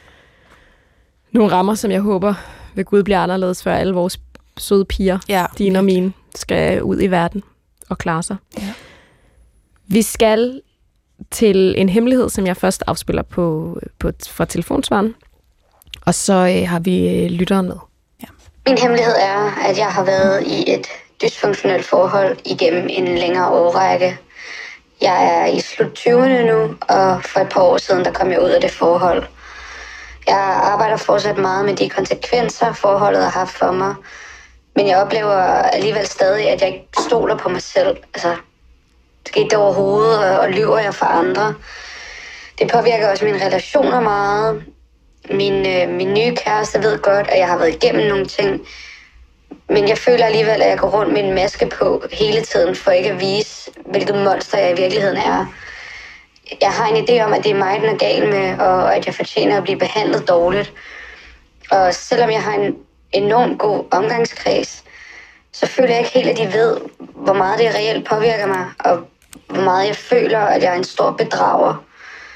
nogle rammer, som jeg håber ved Gud bliver anderledes, før alle vores søde piger, dine og mine, skal ud i verden og klare sig. Ja. Vi skal til en hemmelighed, som jeg først afspiller fra telefonsvaren, og så har vi lytteren med. Ja. Min hemmelighed er, at jeg har været i et dysfunktionelt forhold igennem en længere årrække. Jeg er i slut 20'erne nu, og for et par år siden, der kom jeg ud af det forhold. Jeg arbejder fortsat meget med de konsekvenser, forholdet har haft for mig. Men jeg oplever alligevel stadig, at jeg ikke stoler på mig selv. Altså, skete det overhovedet, og lyver jeg for andre. Det påvirker også mine relationer meget. Min nye kæreste ved godt, at jeg har været igennem nogle ting. Men jeg føler alligevel, at jeg går rundt med en maske på hele tiden, for ikke at vise, hvilket monster jeg i virkeligheden er. Jeg har en idé om, at det er mig, den er gal med, og at jeg fortjener at blive behandlet dårligt. Og selvom jeg har en enormt god omgangskreds, så føler jeg ikke helt, at de ved, hvor meget det reelt påvirker mig, og hvor meget jeg føler, at jeg er en stor bedrager.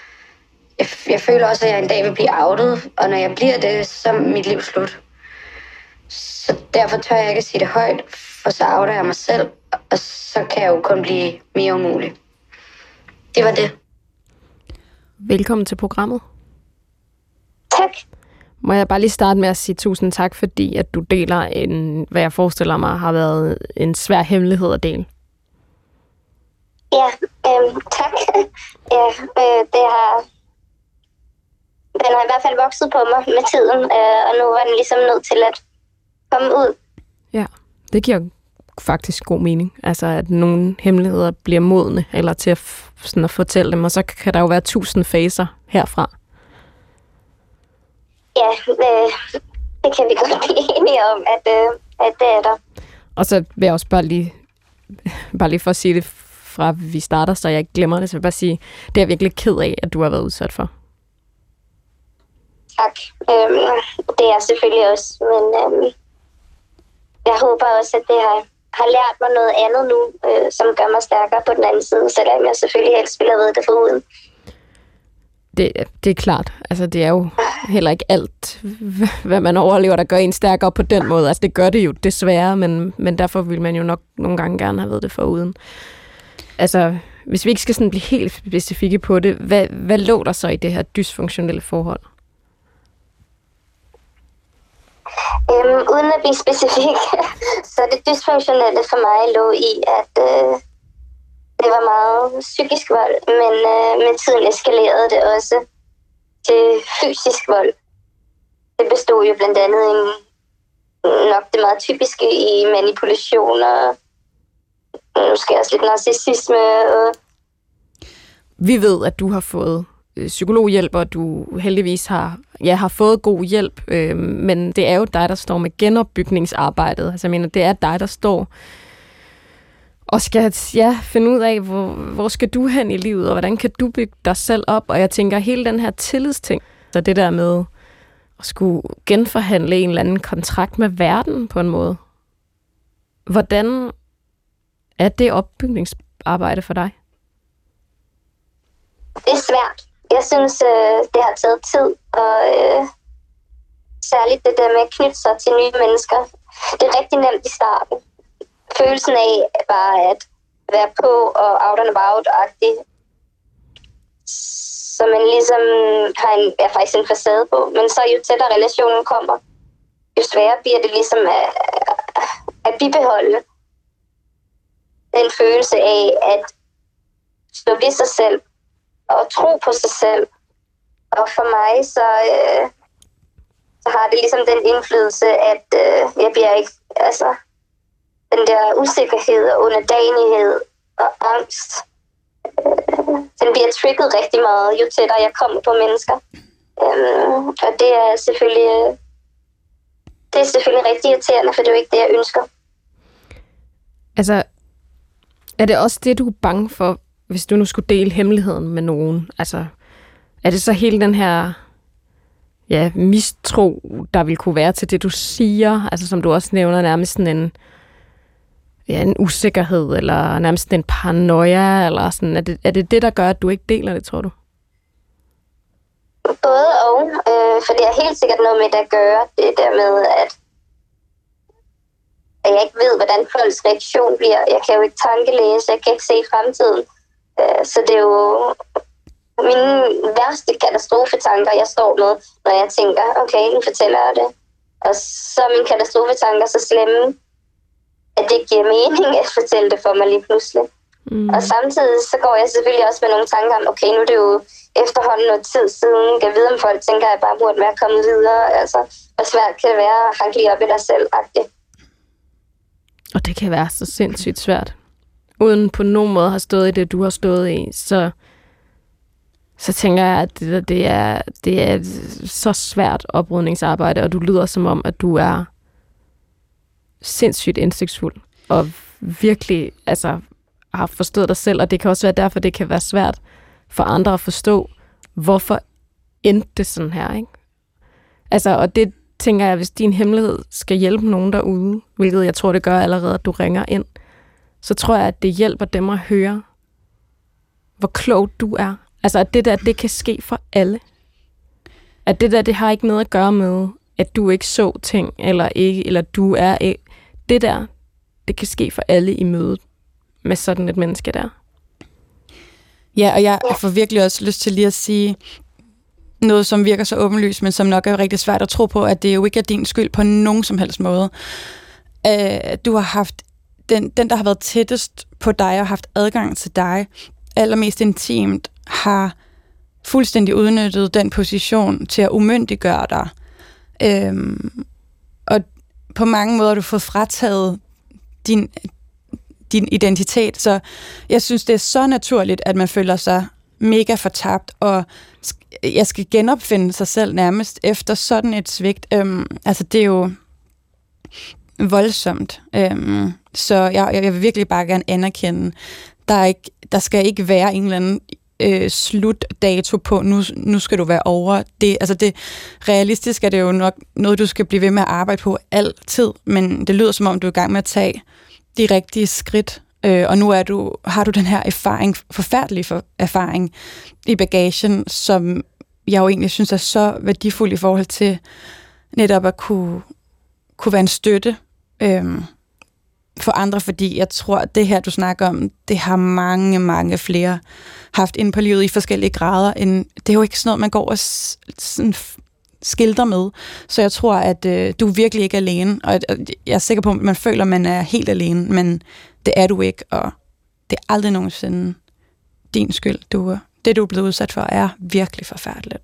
Jeg føler også, at jeg en dag vil blive outet, og når jeg bliver det, så er mit liv slut. Så derfor tør jeg ikke at sige det højt, for så outer jeg mig selv, og så kan jeg jo kun blive mere umulig. Det var det. Velkommen til programmet. Tak. Må jeg bare lige starte med at sige tusind tak, fordi at du deler hvad jeg forestiller mig har været en svær hemmelighed at dele. Ja, tak. Ja, den har i hvert fald vokset på mig med tiden, og nu var den ligesom nødt til at komme ud. Ja, det giver faktisk god mening. Altså, at nogle hemmeligheder bliver modne, eller til at, sådan at fortælle dem, og så kan der jo være 1000 faser herfra. Ja, det kan vi godt blive enige om, at det er der. Og så vil jeg også bare lige for at sige det fra vi starter, så jeg ikke glemmer det, så vil jeg bare sige, det er jeg virkelig ked af, at du har været udsat for. Tak. Det er selvfølgelig også, men jeg håber også, at det har lært mig noget andet nu, som gør mig stærkere på den anden side, selvom jeg selvfølgelig helst ville have været det foruden. Det er klart. Altså, det er jo heller ikke alt, hvad man overlever, der gør en stærkere på den måde. Altså, det gør det jo desværre, men derfor vil man jo nok nogle gange gerne have været det foruden. Altså, hvis vi ikke skal sådan blive helt specifikke på det, hvad lå der så i det her dysfunktionelle forhold? Uden at blive specifik, så det dysfunktionelle for mig lå i, at det var meget psykisk vold, men med tiden eskalerede det også til fysisk vold. Det bestod jo blandt andet nok det meget typiske i manipulation og måske også lidt narcissisme. Vi ved, at du har fået psykologhjælp, og du heldigvis har fået god hjælp, men det er jo dig, der står med genopbygningsarbejdet. Altså jeg mener, det er dig, der står og skal finde ud af, hvor skal du hen i livet, og hvordan kan du bygge dig selv op. Og jeg tænker, hele den her tillidsting, så det der med at skulle genforhandle en eller anden kontrakt med verden på en måde. Hvordan er det opbygningsarbejde for dig? det er svært. Jeg synes, det har taget tid, og særligt det der med at knytte sig til nye mennesker. Det er rigtig nemt i starten. Følelsen af bare at være på og out and about-agtig, så man ligesom har faktisk en facade på. Men så jo tættere relationen kommer, jo sværere bliver det ligesom at bibeholde den følelse af at stå ved sig selv og tro på sig selv. Og for mig, så har det ligesom den indflydelse, at jeg bliver ikke, altså, den der usikkerhed og underdanighed og angst, den bliver trigget rigtig meget, jo tættere jeg kommer på mennesker. Og det er selvfølgelig rigtig irriterende, for det er jo ikke det, jeg ønsker. Altså, er det også det, du er bange for, hvis du nu skulle dele hemmeligheden med nogen? Altså, er det så hele den her mistro, der vil kunne være til det, du siger? Altså, som du også nævner, nærmest sådan en usikkerhed, eller nærmest en paranoia, eller sådan. Er det det, der gør, at du ikke deler det, tror du? Både og, for det er helt sikkert noget med det at gøre, det der med, at jeg ikke ved, hvordan folks reaktion bliver. Jeg kan jo ikke tankelæse, jeg kan ikke se fremtiden. Så det er jo mine værste katastrofetanker, jeg står med, når jeg tænker, okay, nu fortæller jeg det. Og så er mine katastrofetanker så slemme, at det giver mening at fortælle det for mig lige pludselig. Og samtidig så går jeg selvfølgelig også med nogle tanker om, okay, nu er det jo efterhånden noget tid siden. Jeg ved, om folk tænker, at jeg bare burde være kommet videre. Altså, hvor svært kan det være at hanke lige op i dig selv-agtigt. Og det kan være så sindssygt svært. Uden på nogen måde har stået i det, du har stået i, så tænker jeg, at det er så svært oprydningsarbejde, og du lyder som om, at du er sindssygt indsigtsfuld, og virkelig har forstået dig selv, og det kan også være derfor, det kan være svært for andre at forstå, hvorfor endte det sådan her, ikke? Altså, og det tænker jeg, hvis din hemmelighed skal hjælpe nogen derude, hvilket jeg tror, det gør allerede, at du ringer ind, så tror jeg, at det hjælper dem at høre, hvor klog du er. Altså, at det der, det kan ske for alle. At det der, det har ikke noget at gøre med, at du ikke så ting, eller du er ikke. Det der, det kan ske for alle i mødet med sådan et menneske der. Ja, og jeg får virkelig også lyst til lige at sige noget, som virker så åbenlyst, men som nok er rigtig svært at tro på, at det jo ikke er din skyld på nogen som helst måde. Du har haft den, der har været tættest på dig og haft adgang til dig, allermest intimt, har fuldstændig udnyttet den position til at umyndiggøre dig. Og på mange måder har du fået frataget din identitet, så jeg synes, det er så naturligt, at man føler sig mega fortabt, og jeg skal genopfinde sig selv nærmest efter sådan et svigt. Altså, det er jo voldsomt. Så jeg vil virkelig bare gerne anerkende, der skal ikke være en eller anden slutdato på, nu skal du være over. Det realistisk er det jo nok noget, du skal blive ved med at arbejde på altid, men det lyder som om, du er i gang med at tage de rigtige skridt, og nu har du den her forfærdelige erfaring i bagagen, som jeg jo egentlig synes er så værdifuld i forhold til netop at kunne være en støtte for andre, fordi jeg tror, at det her, du snakker om, det har mange, mange flere haft inde på livet i forskellige grader. Det er jo ikke sådan noget, man går og sådan skilter med. Så jeg tror, at du virkelig ikke er alene, og jeg er sikker på, at man føler, at man er helt alene, men det er du ikke, og det er aldrig nogensinde din skyld. Det, du er blevet udsat for, er virkelig forfærdeligt.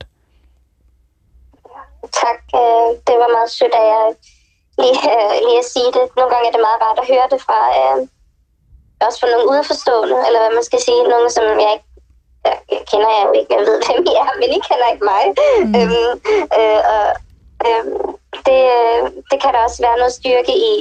Tak. Det var meget sødt af jer lige at sige det. Nogle gange er det meget rart at høre det fra også fra nogle udeforstående, eller hvad man skal sige, nogen, som jeg ikke jeg kender jeg jo ikke, jeg ved, hvem I er, men I kender ikke mig. Det kan der også være noget styrke i,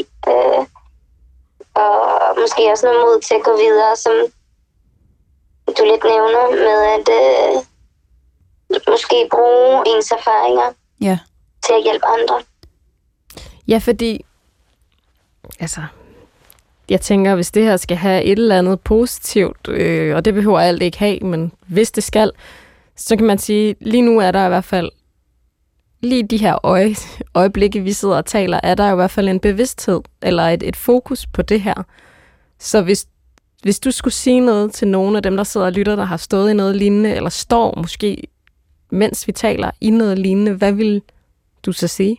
og måske også noget mod til at gå videre, som du lidt nævner, med at måske bruge ens erfaringer til at hjælpe andre. Ja, fordi jeg tænker, hvis det her skal have et eller andet positivt, og det behøver alt ikke have, men hvis det skal, så kan man sige, lige nu er der i hvert fald, lige de her øjeblikke, vi sidder og taler, er der i hvert fald en bevidsthed, eller et fokus på det her. Så hvis du skulle sige noget til nogen af dem, der sidder og lytter, der har stået i noget lignende, eller står måske, mens vi taler, i noget lignende, hvad vil du så sige?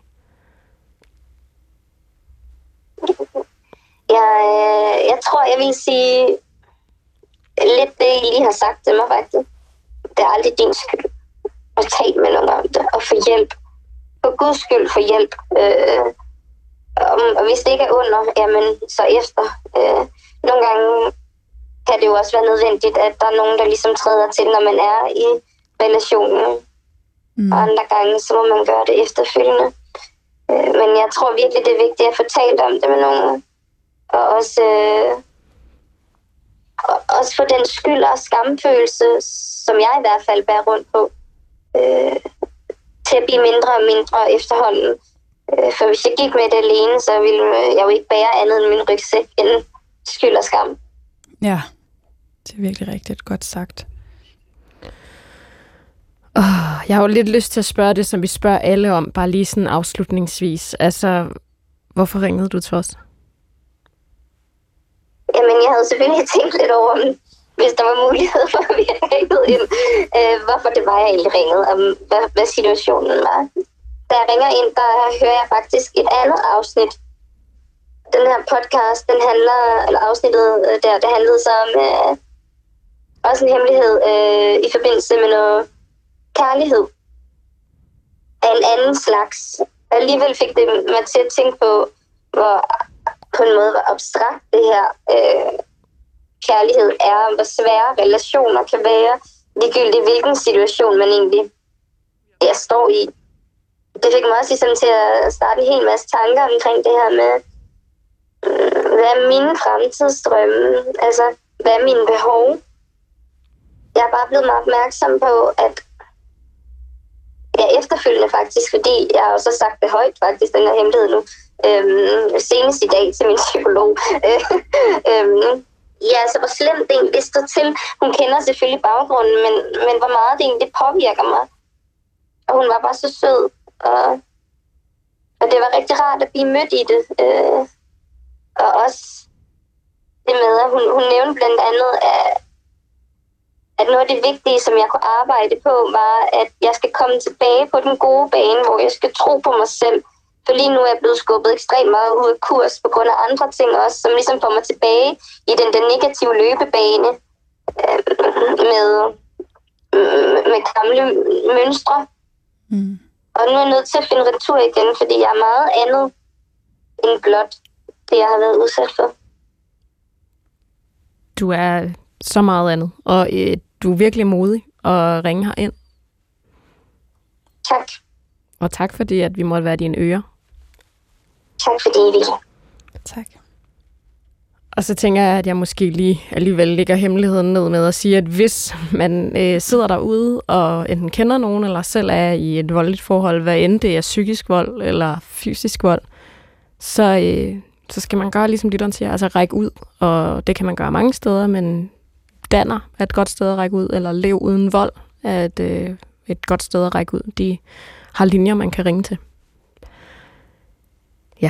Jeg tror, jeg vil sige lidt det, I lige har sagt til mig faktisk. Det er aldrig din skyld at tale med nogen om det og få hjælp. For Guds skyld få hjælp. Og hvis det ikke er under, jamen så efter. Nogle gange kan det jo også være nødvendigt, at der er nogen, der ligesom træder til, når man er i relationen. Og andre gange, så må man gøre det efterfølgende. Men jeg tror virkelig, det er vigtigt at få talt om det med nogen. Og også for den skyld og skamfølelse, som jeg i hvert fald bærer rundt på, til at blive mindre og mindre efterhånden. For hvis jeg gik med det alene, så ville jeg jo ikke bære andet end min rygsæk end skyld og skam. Ja, det er virkelig rigtigt godt sagt. Jeg har jo lidt lyst til at spørge det, som vi spørger alle om, bare lige sådan afslutningsvis. Altså, hvorfor ringede du til os? Jamen, jeg havde selvfølgelig tænkt lidt over, hvis der var mulighed for, at vi ringede ind, hvorfor det var, jeg egentlig ringede, og hvad situationen var. Da jeg ringer ind, der hører jeg faktisk et andet afsnit. Den her podcast, afsnittet der, det handlede så om også en hemmelighed i forbindelse med noget kærlighed af en anden slags. Alligevel fik det mig til at tænke på, hvor på en måde hvor abstrakt det her kærlighed er, og hvor svære relationer kan være, ligegyldigt hvilken situation man egentlig står i. Det fik mig også ligesom til at starte en hel masse tanker omkring det her med, hvad er mine fremtidsdrømme? Altså, hvad er mine behov? Jeg er bare blevet meget opmærksom på, at jeg efterfølgende faktisk, fordi jeg har også sagt det højt faktisk, den her hemmelighed nu, senest i dag til min psykolog. Ja, så hvor slemt det egentlig står til. Hun kender selvfølgelig baggrunden, men hvor meget det egentlig påvirker mig. Og hun var bare så sød. Og det var rigtig rart at blive mødt i det. Og også det med, at hun nævnte blandt andet, at noget af det vigtige, som jeg kunne arbejde på, var, at jeg skal komme tilbage på den gode bane, hvor jeg skal tro på mig selv. For lige nu er jeg blevet skubbet ekstremt meget ud af kurs på grund af andre ting også, som ligesom får mig tilbage i den negative løbebane med gamle mønstre. Og nu er jeg nødt til at finde retur igen, fordi jeg er meget andet end blot det, jeg har været udsat for. Du er så meget andet, og du er virkelig modig at ringe herind. Tak. Og tak fordi, at vi måtte være dine ører. Tak fordi I ville. Tak. Og så tænker jeg, at jeg måske lige alligevel lægger hemmeligheden ned med at sige, at hvis man sidder derude og enten kender nogen, eller selv er i et voldeligt forhold, hvad end det er psykisk vold eller fysisk vold, så skal man gøre ligesom lytteren siger, altså række ud. Og det kan man gøre mange steder, men Danner er et godt sted at række ud, eller Lev uden vold er et godt sted at række ud. De har linjer, man kan ringe til. Ja.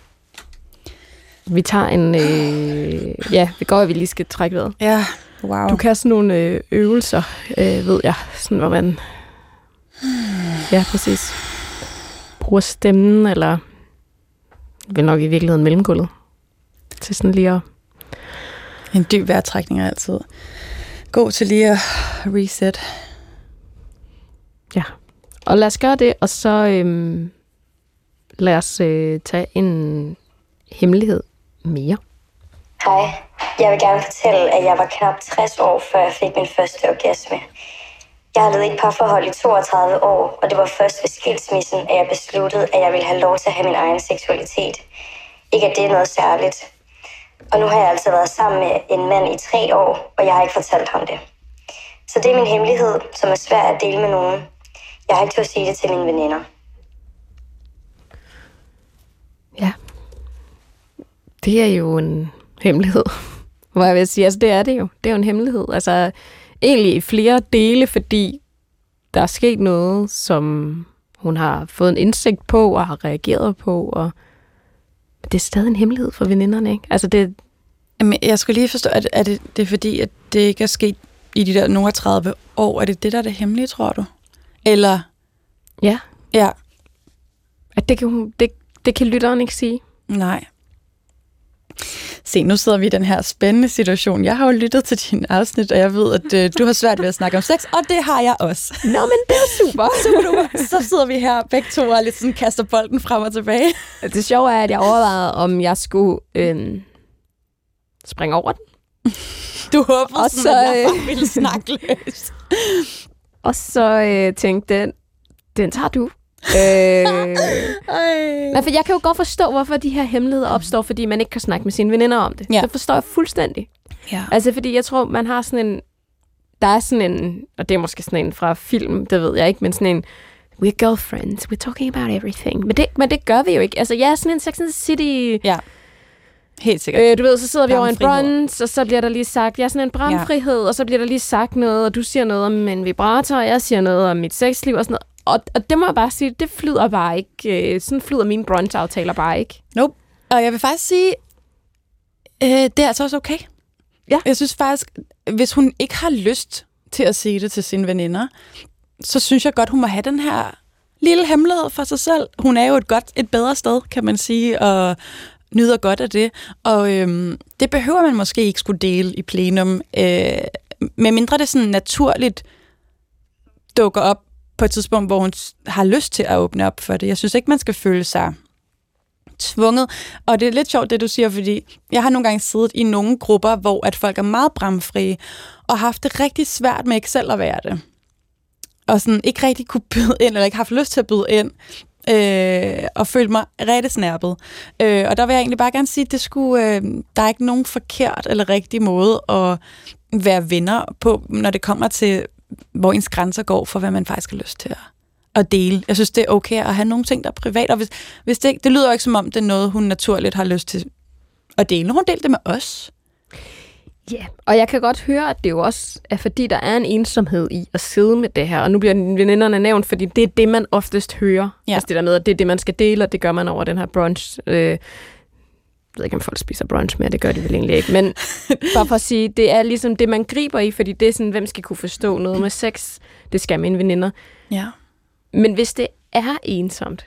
Vi tager en... vi går, at vi lige skal trække vejret. Ja, wow. Du kan sådan nogle øvelser, ved jeg. Sådan, hvor man... Ja, præcis. Bruger stemmen, eller... Vel nok i virkeligheden mellemgulvet. Til sådan lige at... En dyb vejrtrækning er altid god til lige at reset. Ja. Og lad os gøre det, og så lad os tage en hemmelighed mere. Hej, jeg vil gerne fortælle, at jeg var knap 60 år, før jeg fik min første orgasme. Jeg har levet i et parforhold i 32 år, og det var først ved skilsmissen, at jeg besluttede, at jeg ville have lov til at have min egen seksualitet. Ikke at det er noget særligt. Og nu har jeg altså været sammen med en mand i 3 år, og jeg har ikke fortalt ham det. Så det er min hemmelighed, som er svær at dele med nogen. Jeg har ikke til at sige det til mine veninder. Ja. Det er jo en hemmelighed. Hvor jeg vil sige, altså det er det jo. Det er jo en hemmelighed. Altså egentlig i flere dele, fordi der er sket noget, som hun har fået en indsigt på og har reageret på, og det er stadig en hemmelighed for veninderne, ikke? Altså det... Jamen, jeg skulle lige forstå, at det er fordi, at det ikke er sket i de der nogle 30 år. Er det det, der er det hemmelige, tror du? Eller... Ja. Ja. At det kan lytteren ikke sige. Nej. Se, nu sidder vi i den her spændende situation. Jeg har jo lyttet til dine afsnit, og jeg ved, at du har svært ved at snakke om sex, og det har jeg også. Nå, men det er super. Så sidder vi her begge to og lidt sådan kaster bolden frem og tilbage. Det sjove er, at jeg overvejede, om jeg skulle springe over den. Du håbede sådan, at jeg bare ville snakke løs. Og så tænkte den tager du. Men for jeg kan jo godt forstå, hvorfor de her hemmeligheder opstår, fordi man ikke kan snakke med sine veninder om det. Ja. Det forstår jeg fuldstændig. Ja. Altså, fordi jeg tror, man har sådan en... Der er sådan en... Og det er måske sådan en fra film, det ved jeg ikke, men sådan en... We're girlfriends, we're talking about everything. Men det gør vi jo ikke. Altså, jeg er sådan en Sex and the City... Ja. Helt sikkert. Du ved, så sidder vi over en brunch, og så bliver der lige sagt, jeg er sådan en bramfrihed, og så bliver der lige sagt noget, og du siger noget om en vibrator, og jeg siger noget om mit sexliv og sådan noget. Og det må jeg bare sige, det flyder bare ikke. Sådan flyder mine brunch-aftaler bare ikke. Nope. Og jeg vil faktisk sige, det er altså også okay. Ja. Jeg synes faktisk, hvis hun ikke har lyst til at sige det til sine veninder, så synes jeg godt, hun må have den her lille hemmelighed for sig selv. Hun er jo et bedre sted, kan man sige, og nyder godt af det. Og det behøver man måske ikke skulle dele i plenum, medmindre det sådan naturligt dukker op på et tidspunkt, hvor hun har lyst til at åbne op for det. Jeg synes ikke, man skal føle sig tvunget. Og det er lidt sjovt, det du siger, fordi jeg har nogle gange siddet i nogle grupper, hvor at folk er meget bramfrie, og har haft det rigtig svært med ikke selv at være det. Og sådan ikke rigtig kunne byde ind, eller ikke haft lyst til at byde ind, og følte mig rigtig snærpet. Og der vil jeg egentlig bare gerne sige, at der er ikke nogen forkert eller rigtig måde at være venner på, når det kommer til hvor ens grænser går for, hvad man faktisk har lyst til at dele. Jeg synes, det er okay at have nogle ting, der er privat, og hvis det lyder jo ikke som om, det er noget, hun naturligt har lyst til at dele. Hun delte det med os. Ja, og jeg kan godt høre, at det jo også er, fordi der er en ensomhed i at sidde med det her, og nu bliver veninderne nævnt, fordi det er det, man oftest hører. Ja. Altså det der med, at det er det, man skal dele, og det gør man over den her brunch. Jeg ved ikke, om folk spiser brunch mere, det gør de vel egentlig ikke, men bare for at sige, det er ligesom det, man griber i, fordi det er sådan, hvem skal kunne forstå noget med sex? Det skal mine veninder. Ja. Men hvis det er ensomt,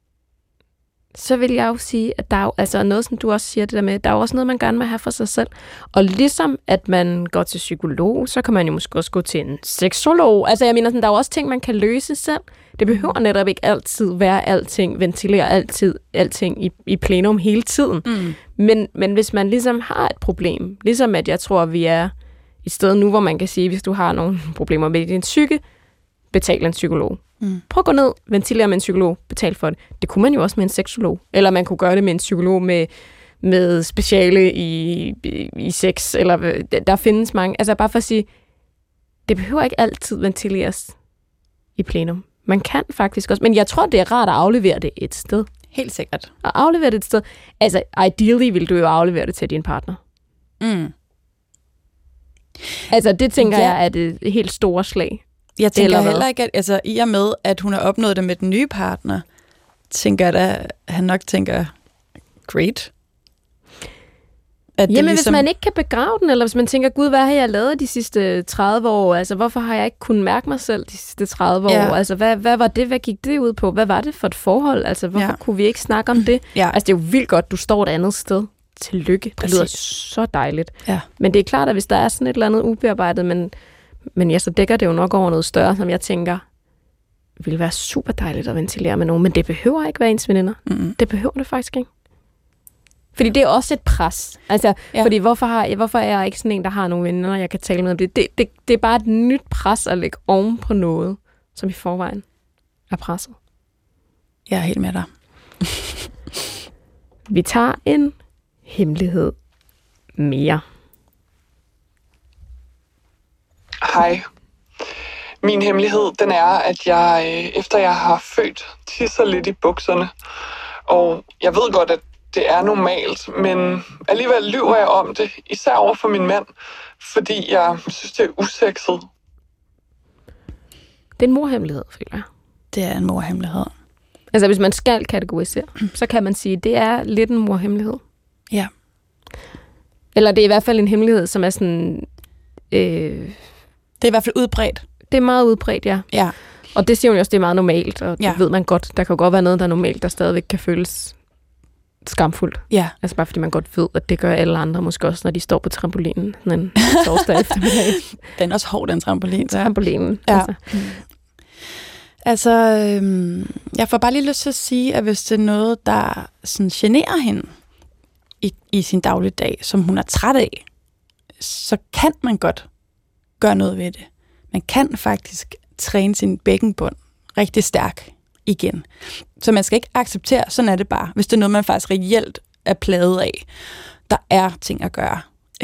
så vil jeg jo sige, at der er jo altså noget, som du også siger, det der med, der er jo også noget, man gerne vil have for sig selv. Og ligesom at man går til psykolog, så kan man jo måske også gå til en seksolog. Altså jeg mener, sådan, der er jo også ting, man kan løse selv. Det behøver netop ikke altid være alting, ventilere alting i plenum hele tiden. Men hvis man ligesom har et problem, ligesom at jeg tror, vi er et sted nu, hvor man kan sige, hvis du har nogle problemer med din psyke, betal en psykolog. Prøv at gå ned, ventilere med en psykolog, betal for det. Det kunne man jo også med en seksolog. Eller man kunne gøre det med en psykolog med speciale i sex. Eller der findes mange. Altså bare for at sige, det behøver ikke altid ventileres i plenum. Man kan faktisk også. Men jeg tror, det er rart at aflevere det et sted. Helt sikkert. At aflevere det et sted. Altså, ideally vil du jo aflevere det til din partner. Altså, det tænker jeg er det helt store slag. Jeg tænker heller ikke, at altså, i og med, at hun har opnået det med den nye partner, tænker jeg da, han nok tænker, great. At jamen, ligesom... hvis man ikke kan begrave den, eller hvis man tænker, gud, hvad har jeg lavet de sidste 30 år? Altså, hvorfor har jeg ikke kunnet mærke mig selv de sidste 30 år? Altså, hvad var det? Hvad gik det ud på? Hvad var det for et forhold? Altså, hvorfor kunne vi ikke snakke om det? Altså, det er jo vildt godt, du står et andet sted. Tillykke. Det lyder så dejligt. Ja. Men det er klart, at hvis der er sådan et eller andet ubearbejdet, men ja, så dækker det jo nok over noget større, som jeg tænker, ville være super dejligt at ventilere med nogen, men det behøver ikke være ens veninder. Det behøver det faktisk ikke. Fordi det er også et pres. Altså, fordi hvorfor er jeg ikke sådan en, der har nogle veninder, jeg kan tale med om det? Det er bare et nyt pres at lægge oven på noget, som i forvejen er presset. Jeg er helt med dig. Vi tager en hemmelighed mere. Hej. Min hemmelighed, den er, at jeg, efter jeg har født, tisser lidt i bukserne. Og jeg ved godt, at det er normalt, men alligevel lyver jeg om det, især over for min mand, fordi jeg synes, det er usekset. Det er en morhemmelighed, føler jeg. Det er en morhemmelighed. Altså, hvis man skal kategorisere, så kan man sige, at det er lidt en morhemmelighed. Ja. Eller det er i hvert fald en hemmelighed, som er sådan... Det er i hvert fald udbredt. Det er meget udbredt, ja. Ja. Og det siger hun jo også, det er meget normalt, og det ved man godt. Der kan godt være noget, der er normalt, der stadigvæk kan føles skamfuldt. Ja. Altså bare fordi man godt ved, at det gør alle andre måske også, når de står på trampolinen en torsdag eftermiddag. Den er også hård, den trampolin. Trampolinen. Ja. Altså, jeg får bare lige lyst til at sige, at hvis det er noget, der sådan generer hende i sin dagligdag, som hun er træt af, så kan man godt gøre noget ved det. Man kan faktisk træne sin bækkenbund rigtig stærk igen. Så man skal ikke acceptere, sådan er det bare, hvis det er noget, man faktisk reelt er plaget af. Der er ting at gøre.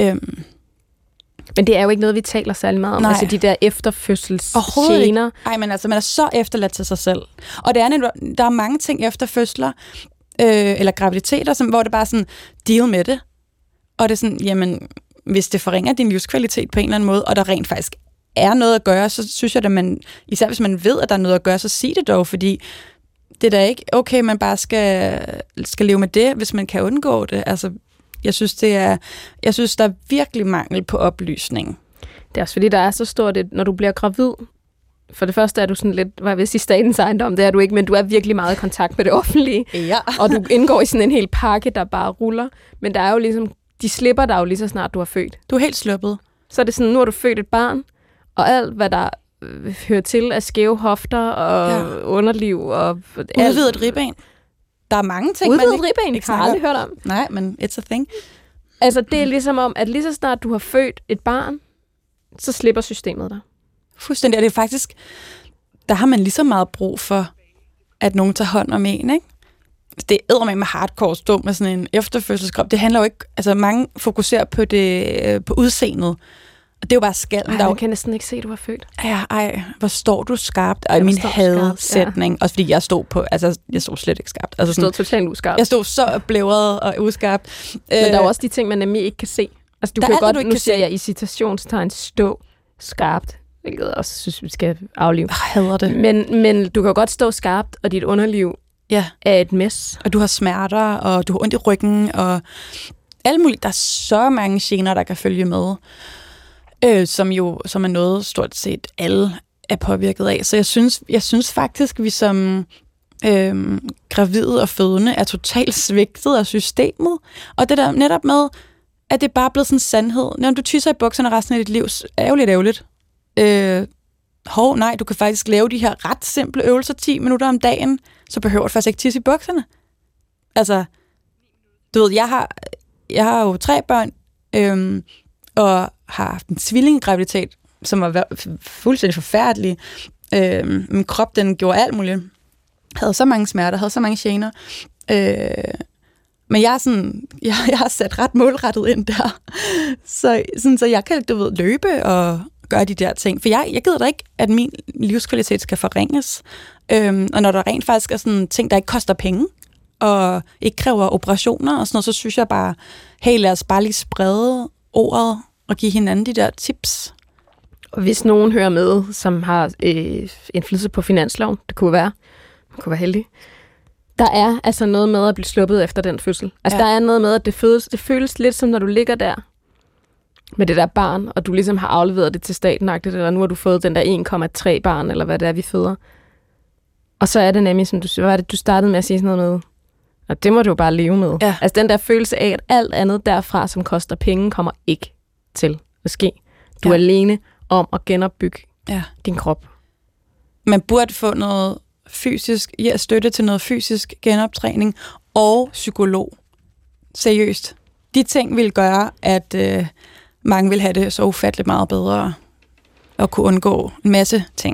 Men det er jo ikke noget, vi taler særlig meget om. Nej. Altså de der efterfødselsgener. Nej, men altså, man er så efterladt til sig selv. Og det er, der er mange ting efter fødsler, eller graviditeter, hvor det bare sådan, deal med det. Og det er sådan, jamen, hvis det forringer din livskvalitet på en eller anden måde, og der rent faktisk er noget at gøre, så synes jeg, at man, især hvis man ved, at der er noget at gøre, så sig det dog, fordi det er da ikke okay, man bare skal leve med det, hvis man kan undgå det. Altså, jeg synes, der er virkelig mangel på oplysning. Det er også fordi, der er så stort, når du bliver gravid. For det første er du sådan lidt, hvad jeg vil sige, statens ejendom, det er du ikke, men du er virkelig meget i kontakt med det offentlige. Ja. Og du indgår i sådan en hel pakke, der bare ruller. Men der er jo ligesom, de slipper dig jo lige så snart du har født. Du er helt sluppet. Så er det sådan, nu har du født et barn, og alt, hvad der hører til af skæve hofter og underliv og udvidet ribben. Der er mange ting, udvidet man ribben, ikke har jeg aldrig hørt om. Nej, men it's a thing. Altså, det er ligesom om, at lige så snart du har født et barn, så slipper systemet dig. Fuldstændig. Og det er faktisk, der har man lige så meget brug for, at nogen tager hånd om en, ikke? Det er eddermame med hardcore stå med sådan en efterfødselskrop. Det handler jo ikke, altså mange fokuserer på det, på udseendet. Og det er jo bare skallen, der jeg kan næsten ikke se, at du har født. Ja, hvor står du skarpt? Og min hadsætning, også fordi jeg stod på, altså jeg stod slet ikke skarpt. Altså, du stod totalt uskarpt. Jeg stod så blævret og uskarpt. Men der er jo også de ting, man nemlig ikke kan se. Altså du kan godt, nu ser jeg i citationstegn stå skarpt, hvilket jeg også synes, vi skal aflive. Jeg hader det. Men du kan godt stå skarpt, og dit underliv er et mess. Og du har smerter, og du har ondt i ryggen, og alt muligt. Der er så mange gener, der kan følge med. Som er noget stort set alle er påvirket af. Så jeg synes faktisk, vi som gravide og fødende er totalt svigtet af systemet. Og det der netop med, at det bare er blevet sådan en sandhed. Når du tisser i bukserne resten af dit liv, ærgerligt. Nej, du kan faktisk lave de her ret simple øvelser 10 minutter om dagen, så behøver du faktisk ikke tisse i bukserne. Altså, du ved, jeg har jo 3 børn, og har haft en tvillingegraviditet, som var fuldstændig forfærdelig. Min krop, den gjorde alt muligt. Havde så mange smerter, havde så mange gener. Men jeg har sat ret målrettet ind der. Så jeg kan, løbe og gøre de der ting. For jeg gider da ikke, at min livskvalitet skal forringes. Og når der rent faktisk er sådan ting, der ikke koster penge, og ikke kræver operationer og sådan noget, så synes jeg bare, hey, lad os bare lige sprede ordet og give hinanden de der tips. Og hvis nogen hører med, som har indflydelse på finansloven, det kunne være heldig, der er altså noget med at blive sluppet efter den fødsel. Altså der er noget med, at det føles lidt som, når du ligger der med det der barn, og du ligesom har afleveret det til staten, eller nu har du fået den der 1,3 barn, eller hvad det er, vi føder. Og så er det nemlig, som du startede med at sige sådan noget med, og det må du jo bare leve med. Ja. Altså den der følelse af, at alt andet derfra, som koster penge, kommer ikke til at ske. Du er alene om at genopbygge din krop. Man burde få noget fysisk, støtte til noget fysisk genoptræning og psykolog. Seriøst. De ting vil gøre, at mange vil have det så ufatteligt meget bedre og kunne undgå en masse ting.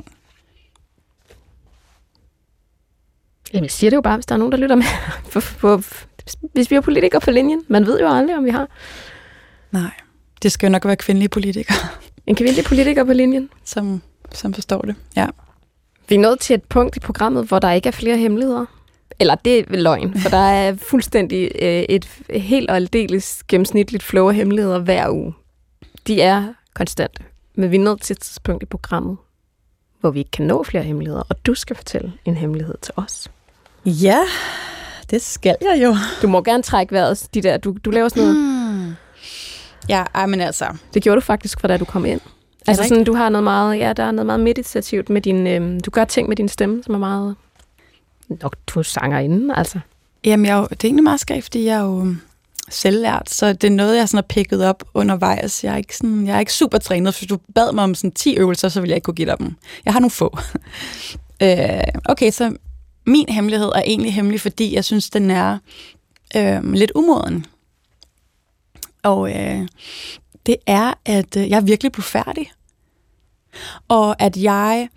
Jamen, jeg siger det jo bare, hvis der er nogen, der lytter med. Hvis vi har politikere på linjen. Man ved jo aldrig, om vi har. Nej, det skal jo nok være kvindelige politikere. En kvindelig politiker på linjen. Som forstår det, ja. Vi er nået til et punkt i programmet, hvor der ikke er flere hemmeligheder. Eller det er løgn, for der er fuldstændig et helt og aldeles gennemsnitligt flow af hemmeligheder hver uge. De er konstante. Men vi er nødt til et tidspunkt i programmet, hvor vi ikke kan nå flere hemmeligheder, og du skal fortælle en hemmelighed til os. Ja, det skal jeg jo. Du må gerne trække vejret, de der, du laver sådan noget. Ja, men altså. Det gjorde du faktisk, fra da du kom ind. Altså sådan, du har noget meget, der er noget meget meditativt med din, du gør ting med din stemme, som er meget, nok du sanger inden, altså. Jamen, det er egentlig meget skægt, fordi jeg er jo selvlært, så det er noget, jeg sådan har picket op undervejs. Jeg er ikke super trænet, for hvis du bad mig om sådan 10 øvelser, så ville jeg ikke kunne give dig dem. Jeg har nogle få. Okay, så min hemmelighed er egentlig hemmelig, fordi jeg synes, den er lidt umoden. Og det er, at jeg virkelig blev færdig. Og at jeg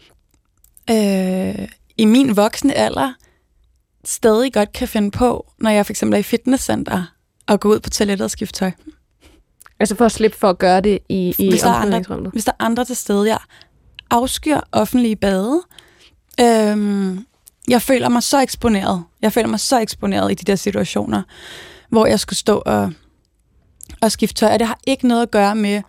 i min voksne alder stadig godt kan finde på, når jeg for eksempel er i fitnesscenter, og gå ud på toilettet og skifte tøj. Altså for at slippe for at gøre det i omklædningsrummet? Hvis der er andre til stede, jeg afskyr offentlige bade. Jeg føler mig så eksponeret. I de der situationer, hvor jeg skulle stå og skifte tøj. Og det har ikke noget at gøre med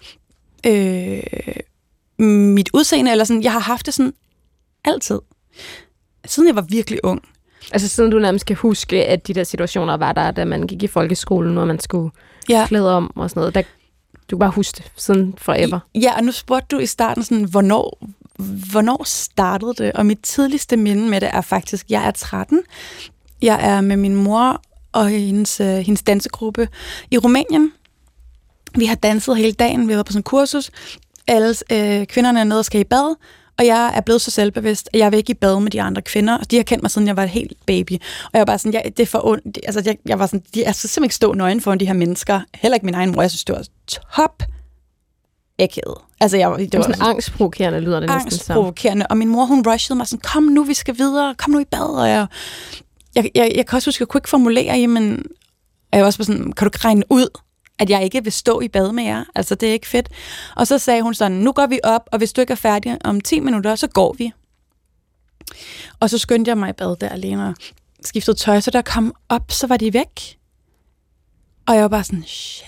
mit udseende, eller sådan. Jeg har haft det sådan altid. Siden jeg var virkelig ung. Altså siden du nærmest kan huske, at de der situationer var der, da man gik i folkeskolen, når man skulle klæde om og sådan noget. Du kan bare huske det siden forever. Ja, og nu spurgte du i starten sådan, hvornår startede det? Og mit tidligste minde med det er faktisk, jeg er 13. Jeg er med min mor og hendes dansegruppe i Rumænien. Vi har danset hele dagen, vi har været på sådan en kursus. Alle kvinderne er nede og skal i bad, og jeg er blevet så selvbevidst, at jeg vil ikke i bad med de andre kvinder, og de har kendt mig, siden jeg var et helt baby. Og jeg var bare sådan, det er for ondt. Altså, jeg var sådan, jeg skal simpelthen ikke stå nøgen foran de her mennesker. Heller ikke min egen mor. Jeg synes, det var top ægget. Altså, det var sådan angstprovokerende, lyder det næsten som. Angstprovokerende, og min mor, hun rushede mig sådan, kom nu, vi skal videre, kom nu i bad, og jeg kan også huske, jeg kunne ikke formulere, jamen, jeg var også sådan, kan du ikke regne ud, at jeg ikke vil stå i bad med jer? Altså, det er ikke fedt. Og så sagde hun sådan, nu går vi op, og hvis du ikke er færdig om 10 minutter, så går vi. Og så skyndte jeg mig i bad der alene og skiftede tøj, så der kom op, så var de væk. Og jeg var bare sådan, shit.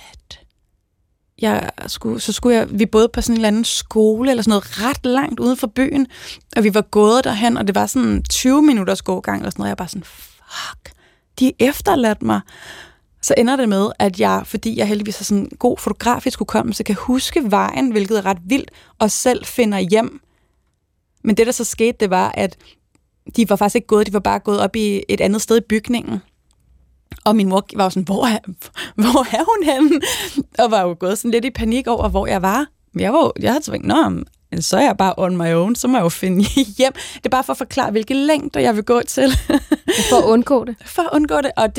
Vi boede på sådan en eller anden skole, eller sådan noget ret langt uden for byen, og vi var gået derhen, og det var sådan 20 minutters gågang, eller sådan noget. Jeg var bare sådan, fuck, de efterladt mig. Så ender det med, at fordi jeg heldigvis har sådan en god fotografisk hukommelse, kan huske vejen, hvilket er ret vildt, og selv finder hjem. Men det, der så skete, det var, at de var faktisk ikke gået, de var bare gået op i et andet sted i bygningen. Og min mor var jo sådan, hvor er hun henne? Og var jo gået sådan lidt i panik over, hvor jeg var. Men jeg havde tænkt, så er jeg bare on my own, så må jeg jo finde hjem. Det er bare for at forklare, hvilke længder jeg vil gå til. For at undgå det. For at undgå det, og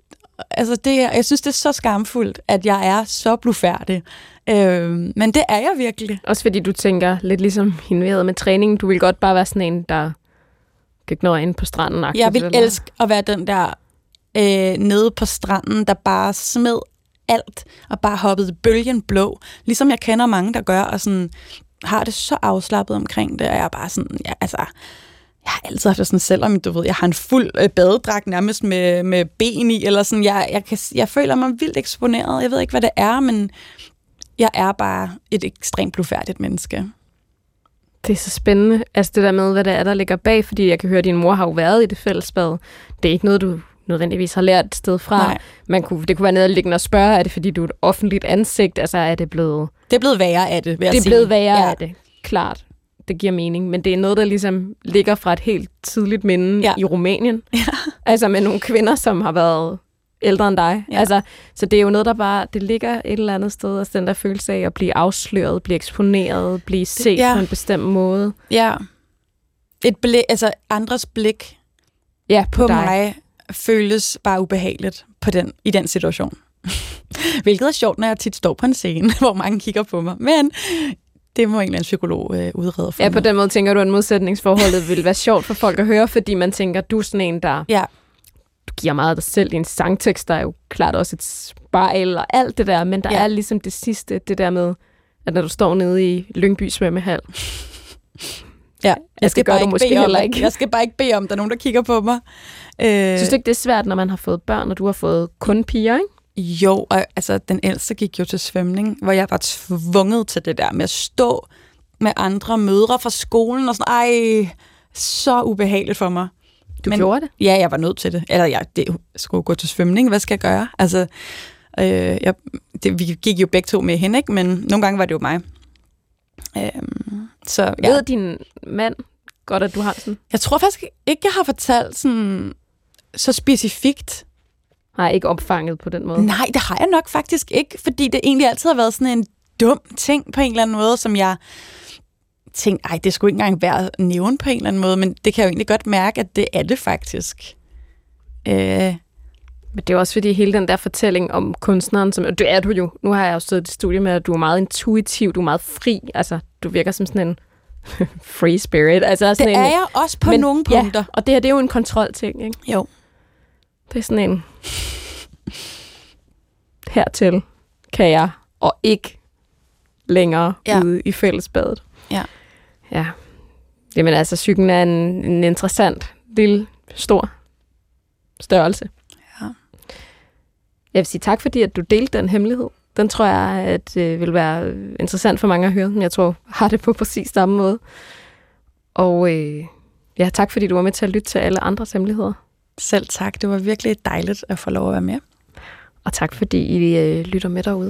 jeg synes, det er så skamfuldt, at jeg er så blufærdig. Men det er jeg virkelig. Også fordi du tænker, lidt ligesom hende med træningen, du vil godt bare være sådan en, der kan knøre ind på stranden. Jeg vil elske at være den der nede på stranden, der bare smed alt, og bare hoppede bølgen blå. Ligesom jeg kender mange, der gør, og sådan har det så afslappet omkring det, og jeg er bare sådan, jeg har altid haft det sådan, selvom du ved, jeg har en fuld badedragt nærmest med ben i, eller sådan, jeg føler mig vildt eksponeret. Jeg ved ikke, hvad det er, men jeg er bare et ekstremt blufærdigt menneske. Det er så spændende, altså det der med, hvad det er, der ligger bag, fordi jeg kan høre, at din mor har jo været i det fællesbad. Det er ikke noget, du nødvendigvis har lært et sted fra. Det kunne være nederliggende at spørge, er det fordi, du er et offentligt ansigt? Altså er det blevet... Det er blevet værre af det, vil jeg sige. Det er blevet værre af det, klart. Det giver mening, men det er noget, der ligesom ligger fra et helt tidligt minde i Rumænien. Ja. Altså med nogle kvinder, som har været ældre end dig. Ja. Altså, så det er jo noget, der bare, det ligger et eller andet sted, altså den der følelse af at blive afsløret, blive eksponeret, blive set på en bestemt måde. Ja. Et blik, altså andres blik på mig føles bare ubehageligt i den situation. Hvilket er sjovt, når jeg tit står på en scene, hvor mange kigger på mig. Men det må en eller anden psykolog udrede for mig. På den måde tænker du, at modsætningsforholdet vil være sjovt for folk at høre, fordi man tænker, du er sådan en, der du giver meget af dig selv. Din sangtekst der er jo klart også et spejl og alt det der, men der er ligesom det sidste, det der med, at når du står nede i Lyngby svømmehal, Ja, jeg skal bare måske ikke bede om heller det. ikke. Jeg skal bare ikke bede om, der er nogen, der kigger på mig. Synes du ikke, det er svært, når man har fået børn, og du har fået kun piger, ikke? Jo, og altså, den ældste gik jo til svømning, hvor jeg var tvunget til det der med at stå med andre mødre fra skolen, og sådan, så ubehageligt for mig. Du gjorde det? Ja, jeg var nødt til det. Eller det skulle gå til svømning, hvad skal jeg gøre? Altså, vi gik jo begge to med hende, ikke? Men nogle gange var det jo mig. Så, ja. Ved din mand godt, at du har sådan? Jeg tror faktisk ikke, jeg har fortalt sådan så specifikt. Nej, ikke opfanget på den måde. Nej, det har jeg nok faktisk ikke, fordi det egentlig altid har været sådan en dum ting på en eller anden måde, som jeg tænkte, det skulle ikke engang være at nævne på en eller anden måde, men det kan jeg jo egentlig godt mærke, at det er det faktisk. Men det er også fordi hele den der fortælling om kunstneren, som det er du jo. Nu har jeg jo stået i studiet med, at du er meget intuitiv, du er meget fri. Altså, du virker som sådan en free spirit. Altså, sådan det er jeg også på nogle punkter. Ja, og det her, det er jo en kontrolting, ikke? Jo. Det er sådan en hertil kan jeg, og ikke længere ude i fællesbadet. Ja. Ja. Jamen altså, psyken er en interessant, lille, stor størrelse. Ja. Jeg vil sige tak, fordi at du delte den hemmelighed. Den tror jeg, at vil være interessant for mange at høre, men jeg tror, har det på præcis samme måde. Og tak, fordi du var med til at lytte til alle andres hemmeligheder. Selv tak. Det var virkelig dejligt at få lov at være med. Og tak, fordi I lytter med derude.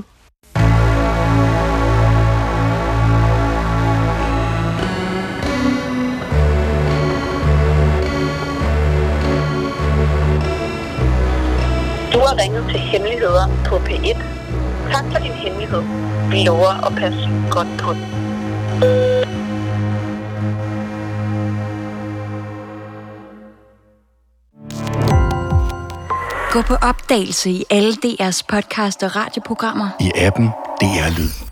Du har ringet til Hemmeligheder på P1. Tak for din hemmelighed. Vi lover at passe godt på den. Gå på opdagelse i alle DR's podcast og radioprogrammer. I appen DR Lyd.